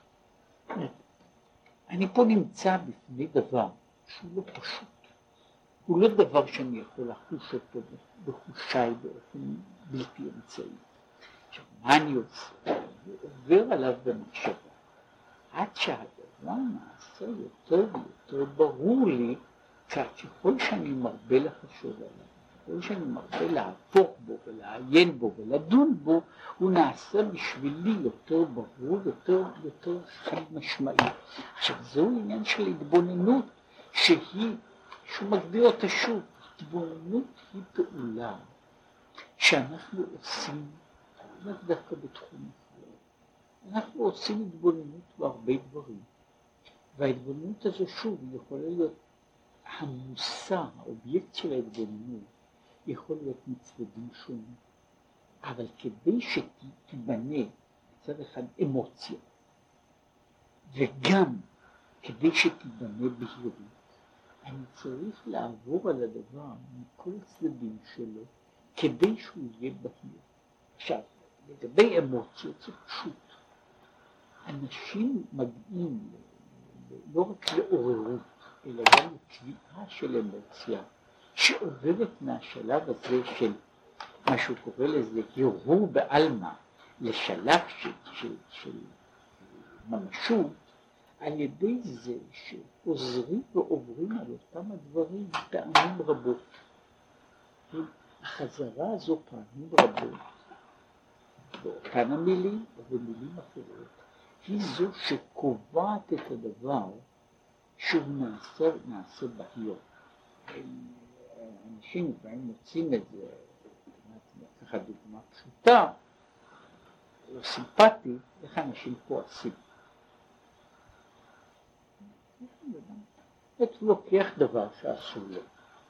אני פה נמצא בפני דבר שהוא לא פשוט, הוא לא דבר שאני יכול לחוש אותו בחושיי באופן בלתי אמצעי. עכשיו, מה אני עושה? אני עובר עליו במחשבה, עד שהדבר נעשה יותר ויותר ברור לי, ככל שאני מרבה לחשוב עליו, ככל שאני מרבה להפוך בו ולעיין בו ולדון בו, הוא נעשה בשבילי יותר ברור, יותר, יותר חד משמעי. עכשיו, זהו עניין של התבוננות שהיא, שהוא מגדיר אותה שוב, התבוננות היא פעולה שאנחנו עושים, לא דווקא בתחום אחר, אנחנו עושים התבוננות בהרבה דברים, וההתבוננות הזו שוב היא יכולה להיות המושא, האובייקט של ההתבוננות, יכול להיות מצדדים שונים, אבל כדי שתיבנה מצד אחד אמוציה, וגם כדי שתיבנה בהירות, אני צריך לעבור על הדבר מכל הצדדים שלו, כדי שהוא יהיה בהיר. עכשיו, לגבי אמוציות זה פשוט. אנשים מגיעים לא רק לעוררות, אלא גם לקביעה של אמוציה, שעוברת מהשלב הזה של מה שהוא קורא לזה הרהור בעלמא, לשלב של, של, של ממשות, על ידי זה שעוזרים ועוברים על אותם הדברים פעמים רבות. החזרה הזו פעמים רבות, באותן המילים ובמילים אחרות, היא זו שקובעת את הדבר שהוא נעשה, נעשה בהיר. אנשים לפעמים מוצאים את זה, ככה דוגמה פשוטה, או סימפטית, איך אנשים כועסים. הוא לוקח דבר שאסור לו,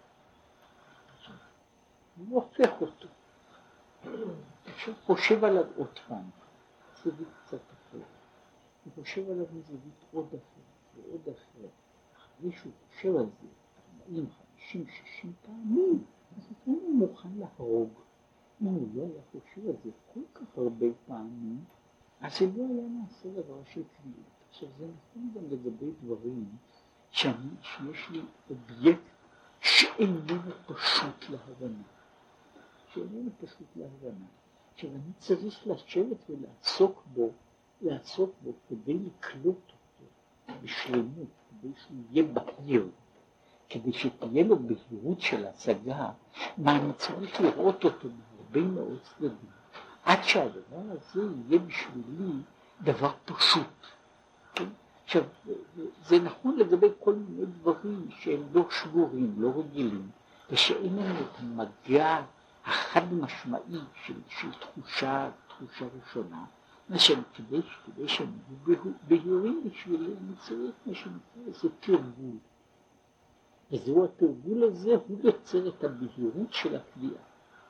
הוא הופך אותו, עכשיו חושב עליו עוד פעם, זווית קצת אחרת, הוא חושב עליו מזווית עוד אחרת ועוד אחרת, אחרי שהוא חושב על זה ארבעים, חמישים, שישים פעמים, אז לפעמים הוא מוכן להרוג. אם הוא לא היה חושב על זה כל כך הרבה פעמים, אז זה לא היה נעשה דבר של קביעות. עכשיו זה נכון גם לגבי דברים שאני, שיש לי אובייקט שאיננו פשוט להבנה. שאיננו פשוט להבנה. עכשיו אני צריך לשבת ולעסוק בו, לעסוק בו כדי לקלוט אותו בשלמות, כדי שהוא יהיה בהיר, כדי שתהיה לו בהירות של השגה, מה אני צריך לראות אותו בהרבה מאוד צדדים, עד שהדבר הזה יהיה בשבילי דבר פשוט. כן? עכשיו, זה נכון לגבי כל מיני דברים שהם לא שבורים, לא רגילים, ושאין לנו את המגע החד משמעי של, של תחושה, תחושה ראשונה, מה שהם כדי, כדי שהם יהיו בהירים בשבילי, אני צריך מה שנקרא איזה תרגול. וזהו התרגול הזה, הוא יוצר את הבהירות של הקביעה.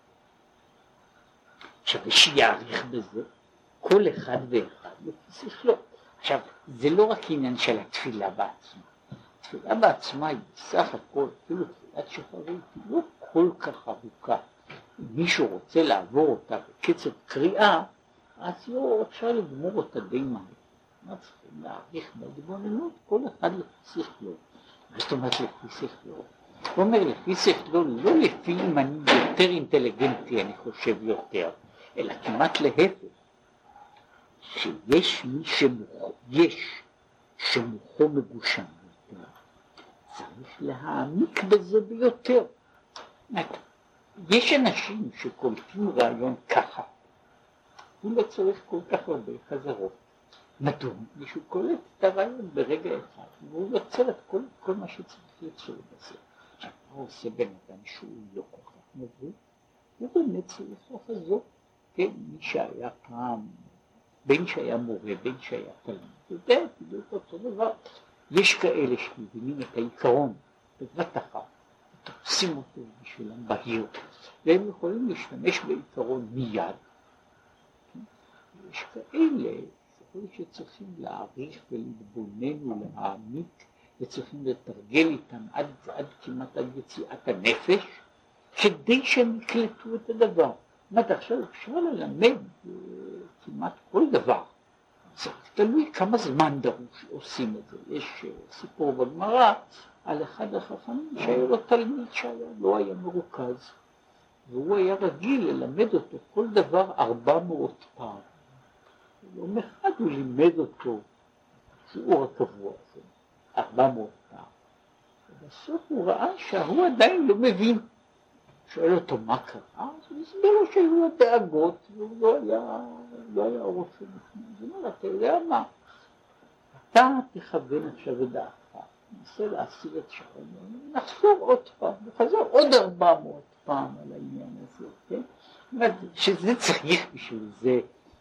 עכשיו, יש יעריך בזה כל אחד ואחד לפי שכלו. עכשיו, זה לא רק עניין של התפילה בעצמה. התפילה בעצמה היא בסך הכל, אפילו תפילת שחרית, היא לא כל כך ארוכה. אם מישהו רוצה לעבור אותה בקצב קריאה, אז לא אפשר לגמור אותה די מהר. מה צריכים להעריך בהתבוננות? כל אחד לפי שכלו. מה זאת אומרת לפי שכלו? הוא אומר לפי שכלו, לא לפי אם אני יותר אינטליגנטי, אני חושב יותר, אלא כמעט להפך. שיש מי שמוחו, יש שמוחו מגושם יותר, צריך להעמיק בזה ביותר. יש אנשים שקולטים רעיון ככה, הוא לא צריך כל כך הרבה חזרות. מדוע? מישהו קולט את הרעיון ברגע אחד, והוא יוצר את כל, כל מה שצריך ליצור בזה. עכשיו, מה עושה בן אדם שהוא לא כל כך מבין? הוא באמת צריך לחזור. כן, מי שהיה פעם, בין שהיה מורה, בין שהיה תלמיד, זה יודע, בדיוק אותו דבר. יש כאלה שמבינים את העיקרון בבת אחת, תופסים אותו בשבילם בהיר, והם יכולים להשתמש בעיקרון מיד. יש כאלה שצריכים להעריך ולהתבונן ולהעמיק, וצריכים לתרגל איתם עד, עד כמעט עד יציאת הנפש, כדי שהם יקלטו את הדבר. מה עכשיו אפשר ללמד כמעט כל דבר, זה תלוי כמה זמן דרוש עושים את זה. יש סיפור בגמרא על אחד החכמים שהיה לו תלמיד שהיה לא היה מרוכז, והוא היה רגיל ללמד אותו כל דבר ארבע מאות פעם. יום אחד הוא לימד אותו שיעור הקבוע הזה ארבע מאות פעם, ובסוף הוא ראה שהוא עדיין לא מבין. שואל אותו מה קרה, אז הוא הסביר לו שהיו דאגות, והוא לא היה, לא היה רופא לפני. אז הוא אומר, אתה יודע מה, אתה תכוון עכשיו את דעתך, ננסה להסיר את שעון, נחזור עוד פעם, וחזור עוד ארבע מאות פעם על העניין הזה, כן? זאת אומרת, שזה צריך בשביל זה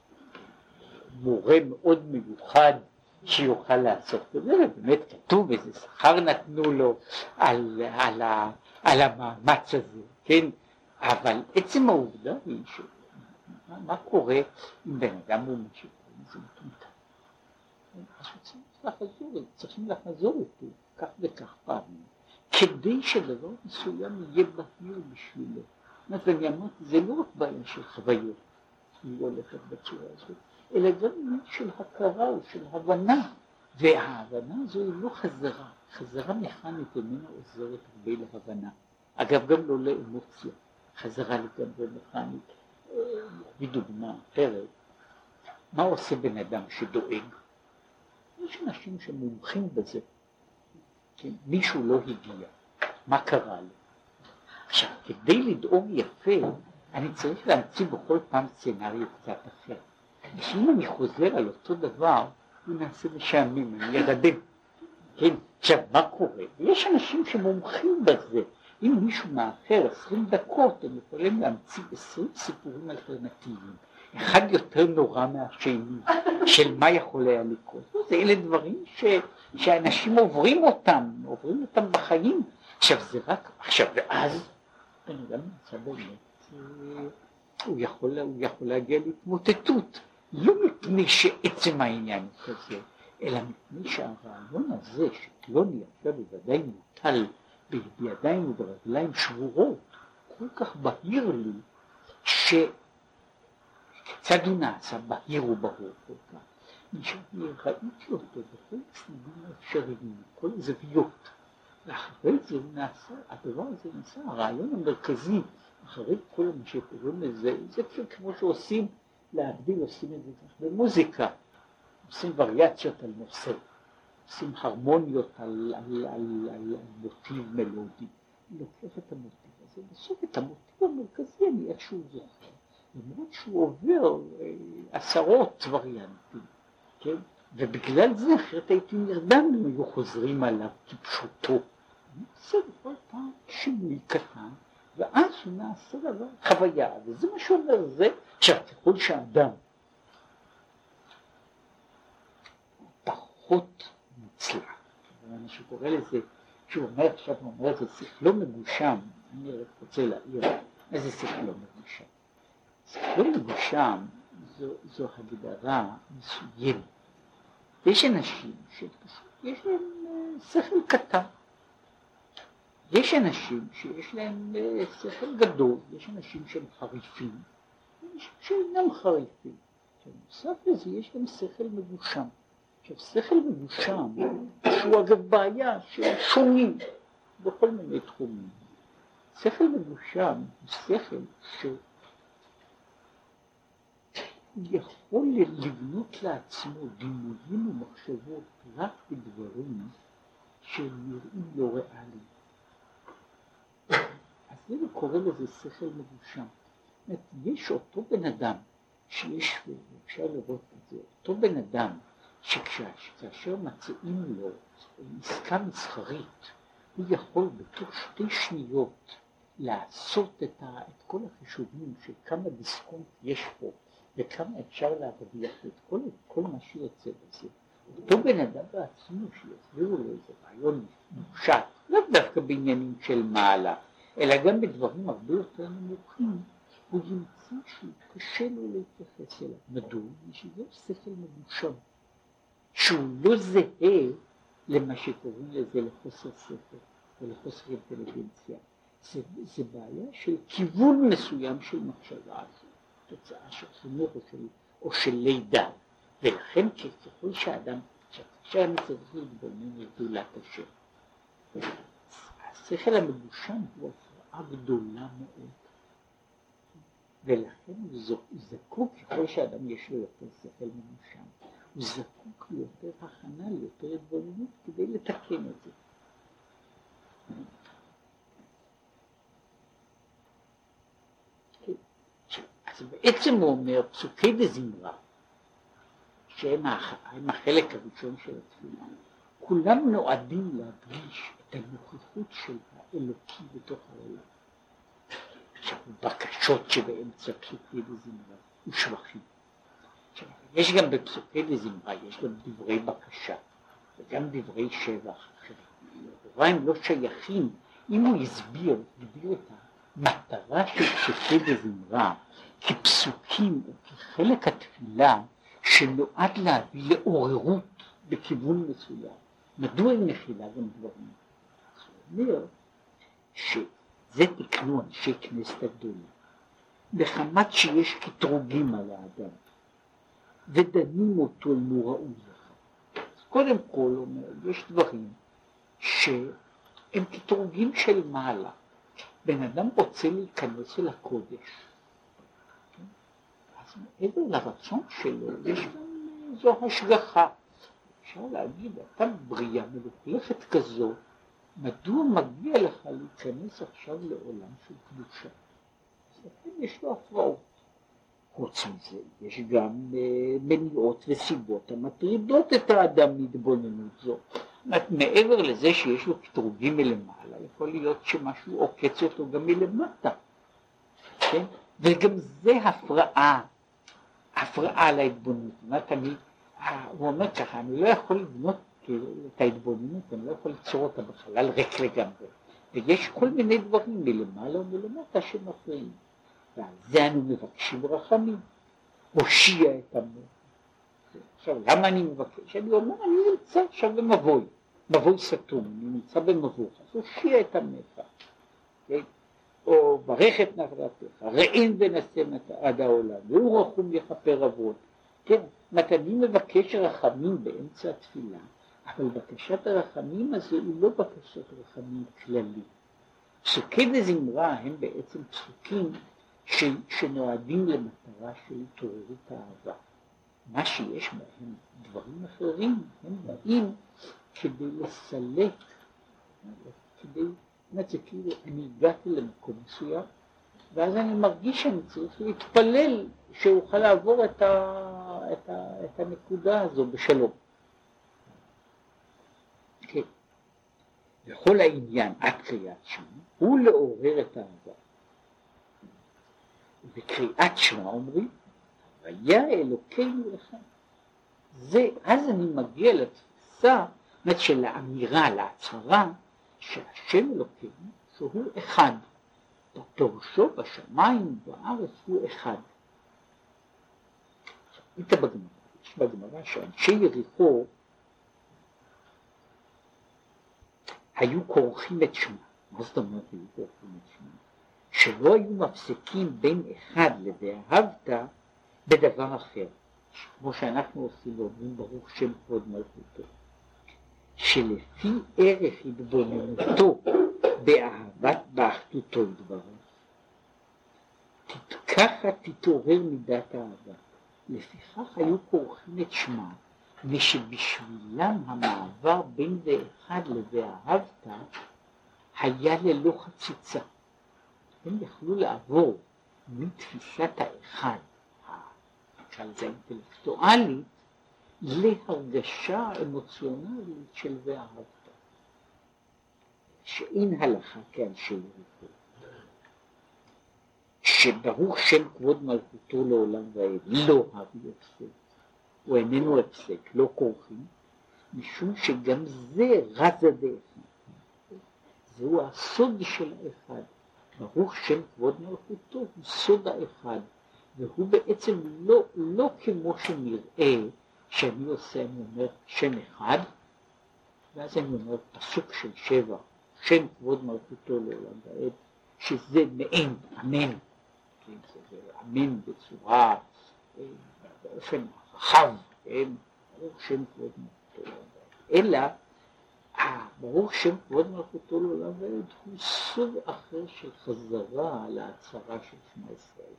מורה מאוד מיוחד שיוכל לעשות את זה, ובאמת כתוב איזה שכר נתנו לו על, על, ה, על המאמץ הזה, כן? אבל עצם העובדה היא ש... מה, מה קורה אם בן אדם הוא משהו, זה מטומטם. אז צריכים לחזור, צריכים לחזור אותו כך וכך פעמים, כדי שדבר מסוים יהיה בהיר בשבילו. ואני אמרתי, זה לא רק בעיה של חוויות, היא הולכת בצורה הזאת, אלא גם עניין של הכרה או של הבנה, וההבנה הזו היא לא חזרה, חזרה מכנית איננה עוזרת הרבה להבנה, אגב גם לא לאמוציה, חזרה לגמרי מכנית. בדוגמה אחרת, מה עושה בן אדם שדואג? יש אנשים שמומחים בזה, כן? מישהו לא הגיע, מה קרה לו? עכשיו, כדי לדאוג יפה, אני צריך להמציא בכל פעם סצנריו קצת אחר. שאם אני חוזר על אותו דבר, הוא נעשה משעמם, אני ירדם. כן, עכשיו, מה קורה? יש אנשים שמומחים בזה. אם מישהו מאחר עשרים דקות, הם יכולים להמציא עשרים סיפורים אלטרנטיביים. אחד יותר נורא מהשני, של מה יכול היה לקרות. זה אלה דברים ש, שאנשים עוברים אותם, עוברים אותם בחיים. עכשיו, זה רק, עכשיו, ואז, אני גם נמצא באמת, הוא יכול, הוא יכול להגיע להתמוטטות. לא מפני שעצם העניין כזה, אלא מפני שהרעיון הזה שפלוני עכשיו בוודאי מוטל בידיים וברגליים שבורות, כל כך בהיר לי, שכיצד הוא נעשה בהיר וברור כל כך. אני ראיתי אותו בכל צדדים האפשריים, כל זוויות, ואחרי זה הוא נעשה, הדבר הזה נעשה, הרעיון המרכזי, אחרי כל מה שקוראים לזה, זה כמו שעושים, להגדיל, עושים את זה במוזיקה, עושים וריאציות על נושא, עושים הרמוניות על, על, על, על, על מוטיב מלודי. אני לוקח את המוטיב הזה, בסוף את המוטיב המרכזי אני איכשהו זוכר, למרות שהוא עובר אה, עשרות וריאנטים, כן? ובגלל זה אחרת הייתי נרדם אם היו חוזרים עליו כפשוטו. אני עושה בכל פעם שינוי קטן, ואז הוא נעשה דבר חוויה, וזה מה שאומר זה, עכשיו ככל שהאדם פחות מוצלח, מה שקורא לזה כשהוא אומר עכשיו, הוא אומר, זה שכלו מגושם, אני רוצה להעיר, איזה שכלו מגושם? שכלו מגושם זו, זו הגדרה מסוימת. יש אנשים שיש להם שכל קטן, יש אנשים שיש להם שכל גדול, יש אנשים שהם חריפים, יש שאינם חריפים. נוסף לזה יש גם שכל מגושם. עכשיו שכל מגושם שהוא אגב בעיה של שונים בכל מיני תחומים. שכל מגושם הוא שכל שיכול לבנות לעצמו דימויים ומחשבות רק בדברים שהם נראים לא ריאליים. אז זה קורא לזה שכל מגושם. יש אותו בן אדם שיש, אפשר לראות את זה, אותו בן אדם שכאשר מציעים לו עסקה מסחרית, הוא יכול בתוך שתי שניות לעשות את, ה, את כל החישובים של כמה דיסקונט יש פה וכמה אפשר להרוויח את כל, כל מה שיוצא בזה. אותו בן אדם בעצמו שיסבירו לו איזה רעיון מופשט, לא דווקא בעניינים של מעלה, אלא גם בדברים הרבה יותר נמוכים, הוא ימצא שקשה לו להתייחס אליו. מדוע? שזה שכל מגושם, שהוא לא זהה למה שקוראים לזה לחוסר שכל ולחוסר אינטליגנציה. זה, זה בעיה של כיוון מסוים של מחשבה, תוצאה של חינוך או של, או של לידה. ולכן ככל שהאדם, כשאני צריך להתבונן לגדולת השם, השכל המגושם הוא הפרעה גדולה מאוד. ולכן הוא זקוק, ככל שאדם יש לו יותר שכל מגושם, הוא זקוק ליותר הכנה, ליותר התבוננות כדי לתקן את זה. אז בעצם הוא אומר, פסוקי דזמרה, שהם החלק הראשון של התפילה, כולם נועדים להדגיש את הנוכחות של האלוקי בתוך העולם. עכשיו, בקשות שבאמצע פסוקי דזמרה ושבחים. יש גם בפסוקי דזמרה, יש גם דברי בקשה וגם דברי שבח. הדברים הם לא שייכים. אם הוא יסביר, יסביר את המטרה של פסוקי דזמרה כפסוקים או כחלק התפילה שנועד להביא לעוררות בכיוון מסוים, מדוע היא מכילה גם דברים? זה אומר שזה תקנו אנשי כנסת הגדולה בחמת שיש קטרוגים על האדם ודנים אותו אם הוא ראוי לך. קודם כל אומר, יש דברים שהם קטרוגים של מעלה. בן אדם רוצה להיכנס אל הקודש, אז מעבר לרצון שלו יש גם זו השגחה. אפשר להגיד, אתה בריאה מלוכלכת כזו, מדוע מגיע לך להיכנס עכשיו לעולם של קדושה? אז לכן יש לו הפרעות. חוץ מזה, יש גם מניעות וסיבות המטרידות את האדם מהתבוננות זו. מעבר לזה שיש לו קטרוגים מלמעלה, יכול להיות שמשהו עוקץ אותו גם מלמטה. כן? וגם זה הפרעה, הפרעה להתבוננות. אני, הוא אומר ככה, אני לא יכול לבנות את ההתבוננות, אני לא יכול ליצור אותה בחלל ריק לגמרי. ויש כל מיני דברים מלמעלה ומלמטה שמפריעים. ועל זה אנו מבקשים רחמים, הושיע את עמו. עכשיו, למה אני מבקש? אני אומר, אני נמצא עכשיו במבוי, מבוי סתום, אני נמצא במבוך, אז הושיע את עמך, כן? או ברך את נחלתך, ראין ונשם עד העולם, והוא רחום יכפר עוון. כן, אני מבקש רחמים באמצע התפילה, אבל בקשת הרחמים הזה היא לא בקשת רחמים כללי. פסוקי דזמרה הם בעצם פסוקים ש, שנועדים למטרה של התעוררות האהבה. מה שיש בהם דברים אחרים, הם באים כדי לסלק, כדי, זאת זה כאילו, אני הגעתי למקום מסוים, ואז אני מרגיש שאני צריך להתפלל שאוכל לעבור את, ה, את, ה, את הנקודה הזו בשלום. כן. לכל העניין עד קריאת שמע, הוא לעורר את האהבה. וקריאת שמע אומרים, היה אלוקינו לך. זה, אז אני מגיע לתפיסה, זאת של האמירה, להצהרה, שהשם אלוקים שהוא אחד, פירושו בשמיים ובארץ הוא אחד. איתה בגמרא, יש בגמרא שאנשי יריחו היו כורכים את שמה. מה זאת אומרת היו כורכים את שמה? שלא היו מפסיקים בין אחד ל"ואהבת" בדבר אחר, כמו שאנחנו עושים ואומרים ברוך שם כבוד מלכותו, שלפי ערך התבוננותו באהבת באחדותו יתברך, ככה תתעורר מידת האהבה. לפיכך היו כורכים את שמה, ושבשבילם המעבר בין ואחד ל"ואהבת" היה ללא חציצה. הם יכלו לעבור מתפיסת האחד, נקרא לזה אינטלקטואלית, להרגשה אמוציונלית של "ואהבת", שאין הלכה כאנשי יריחו, שברוך שם כבוד מלכותו לעולם ועד לא הביא הפסק, הוא איננו הפסק, לא כורכים, משום שגם זה רזה דאחד, זהו הסוד של האחד. ברוך שם כבוד מלכותו הוא סוד האחד, והוא בעצם לא, לא כמו שנראה שאני עושה, אני אומר שם אחד, ואז אני אומר פסוק של שבע, שם כבוד מלכותו לעולם ועד, שזה מעין אמן, כן, זה אמן בצורה, באופן רחב, כן, ברוך שם כבוד מלכותו לעולם ועד, אלא ברוך שם כבוד מלכותו לעולם ועד הוא סוג אחר של חזרה להצהרה של שמע ישראל,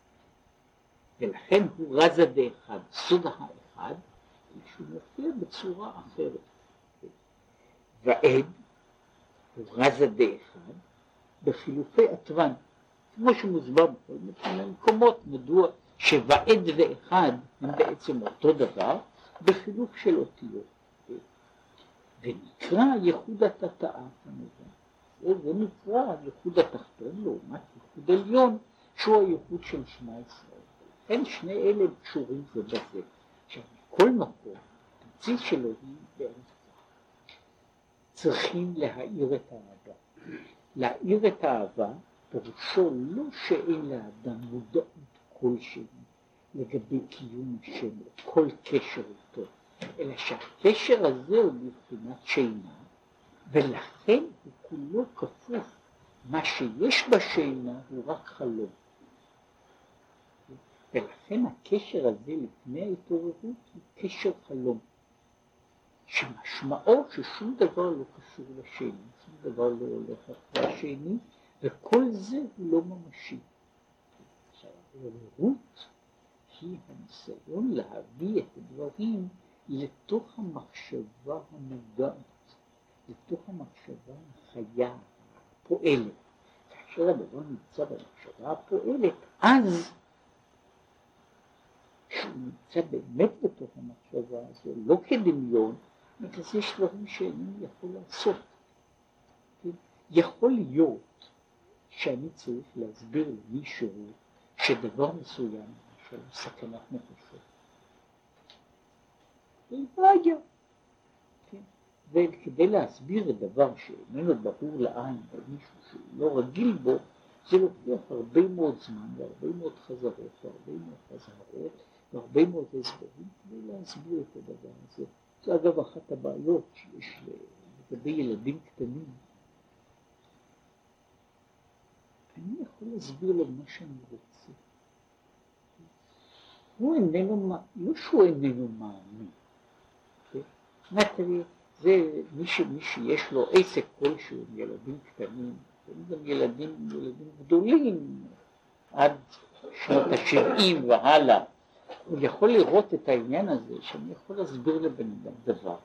ולכן הוא רזה דאחד, סוד האחד, שהוא מופיע בצורה אחרת. ועד הוא רזה דאחד בחילופי עטוון, כמו שמוסבר בכל מיני מקומות, מדוע שוועד ואחד הם בעצם אותו דבר בחילוף של אותיות. ונקרא ייחוד התתאה, כמובן. זה נקרא ייחוד התחתון לעומת ייחוד עליון, שהוא הייחוד של שמע ישראל. לכן שני אלה קשורים זה בזה. עכשיו, מכל מקום, התמצית שלו היא בערך כך. צריכים להאיר את האהבה. להאיר את האהבה, פירושו לא שאין לאדם מודעות כלשהי לגבי קיום השם, כל קשר איתו, אלא שהקשר הזה הוא בבחינת שינה, ולכן הוא כולו כפוף. מה שיש בשינה הוא רק חלום. ולכן הקשר הזה לפני ההתעוררות הוא קשר חלום, שמשמעו ששום דבר לא קשור לשני, שום דבר לא הולך אחרי השני, וכל זה הוא לא ממשי. ההתעוררות היא הניסיון להביא את הדברים לתוך המחשבה המודעת, לתוך המחשבה החיה, הפועלת. כאשר הדבר נמצא במחשבה הפועלת, אז שהוא נמצא באמת בתוך המחשבה הזו, לא כדמיון, אז יש דברים שאיני יכול לעשות. יכול להיות שאני צריך להסביר למישהו שדבר מסוים של סכנת נפשות. ובעיה. כן. וכדי להסביר את דבר שאיננו ברור לעין, למישהו שהוא לא רגיל בו, זה לוקח הרבה מאוד זמן, והרבה מאוד חזרות, והרבה מאוד חזרות, והרבה מאוד הסברים, כדי להסביר את הדבר הזה. זה אגב אחת הבעיות שיש לגבי ילדים קטנים. אני יכול להסביר לו מה שאני רוצה. הוא איננו, לא שהוא איננו מאמין. נתרי, זה מי, ש, מי שיש לו עסק כלשהו עם ילדים קטנים, גם ילדים, ילדים גדולים, עד שנות השבעים והלאה, הוא יכול לראות את העניין הזה, שאני יכול להסביר לבן אדם דבר.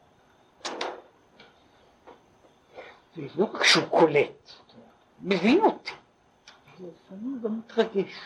ולא רק שהוא קולט, מבין אותי, לפעמים גם מתרגש.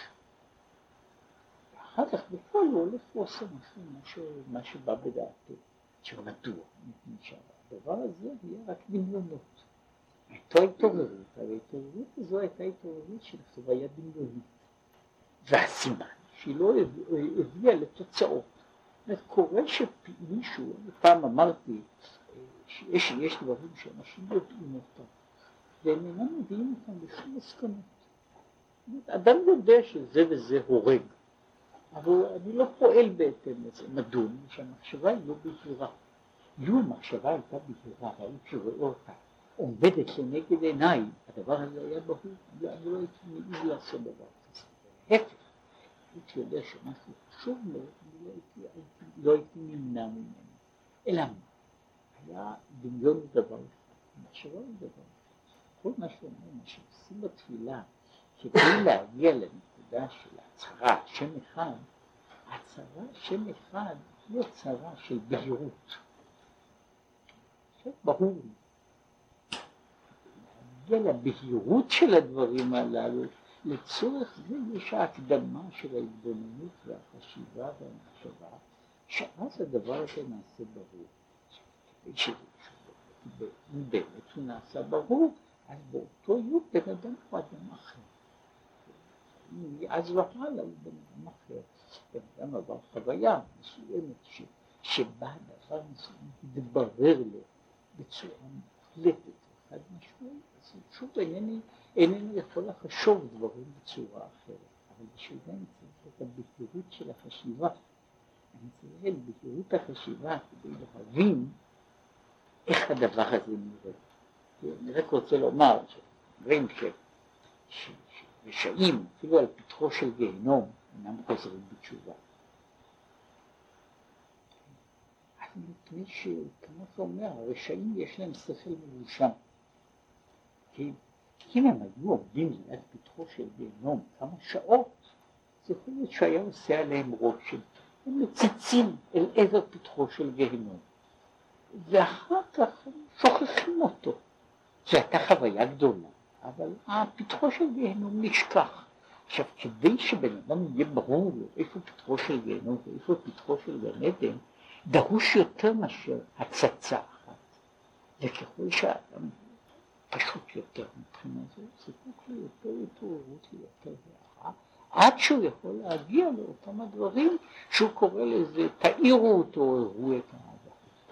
ואחר כך בפועל הוא הולך ועושה משהו, משהו, מה שבא בדעתו. שמדוע? הדבר הזה היה רק דמיונות. הייתה התעוררות, ההתעוררות הזו הייתה התעוררות של חוויה דמיונית. והסימן שהיא לא הביאה לתוצאות. זאת קורה שמישהו, פעם אמרתי שיש יש דברים שאנשים יודעים אותם, והם אינם מביאים אותם בשום מסקנות. אדם יודע שזה וזה הורג, אבל אני לא פועל בהתאם לזה. מדוע? שהמחשבה היא לא בהירה. לו המחשבה הייתה בהירה, הייתי רואה אותה עומדת לנגד עיניי, הדבר הזה היה ברור, אני לא הייתי מעיז לעשות דבר כזה. להפך, הייתי יודע שמשהו חשוב מאוד, אני לא הייתי, הייתי, לא הייתי נמנע ממנו. אלא מה? היה דמיון דבר אחד, מחשבה הוא דבר אחד. כל מה שאומר, מה שעושים בתפילה, כדי להגיע לנקודה של הצהרה, שם אחד, הצהרה שם אחד היא הצהרה של בהירות. עכשיו ברור, להגיע לבהירות של הדברים הללו, לצורך זה יש ההקדמה של ההתבוננות והחשיבה והמחשבה, שאז הדבר הזה נעשה ברור. אם באמת הוא נעשה ברור, אז באותו יום בן אדם הוא אדם אחר. אז והלאה הוא בן אדם אחר. בן אדם עבר חוויה מסוימת שבה הדבר מסוים התברר לו בצורה מוחלטת וחד משמעית. אז שוב אינני, אינני יכול לחשוב דברים בצורה אחרת. אבל בשביל זה אני צריך את הבהירות של החשיבה. אני צריך את בהירות החשיבה כדי להבין איך הדבר הזה נראה. אני רק רוצה לומר שדברים שרשעים, אפילו על פתחו של גיהנום, אינם חוזרים בתשובה. אז מפני שכמו שאומר, הרשעים יש להם שכל מרושע. כי אם הם היו עומדים ליד פתחו של גיהנום כמה שעות, זה יכול להיות שהיה עושה עליהם רושם. הם מציצים אל עבר פתחו של גיהנום. ואחר כך הם שוכחים אותו. זו הייתה חוויה גדולה, אבל הפתחו של גיהנום נשכח. עכשיו, כדי שבן אדם יהיה ברור לו איפה פתחו של גיהנום ואיפה פתחו של גן עדן, דרוש יותר מאשר הצצה אחת. וככל שהאדם פשוט יותר מבחינה זו, זקוק ליותר התעוררות ליותר הערה, עד שהוא יכול להגיע לאותם הדברים שהוא קורא לזה, תאירו אותו, הראו את ה...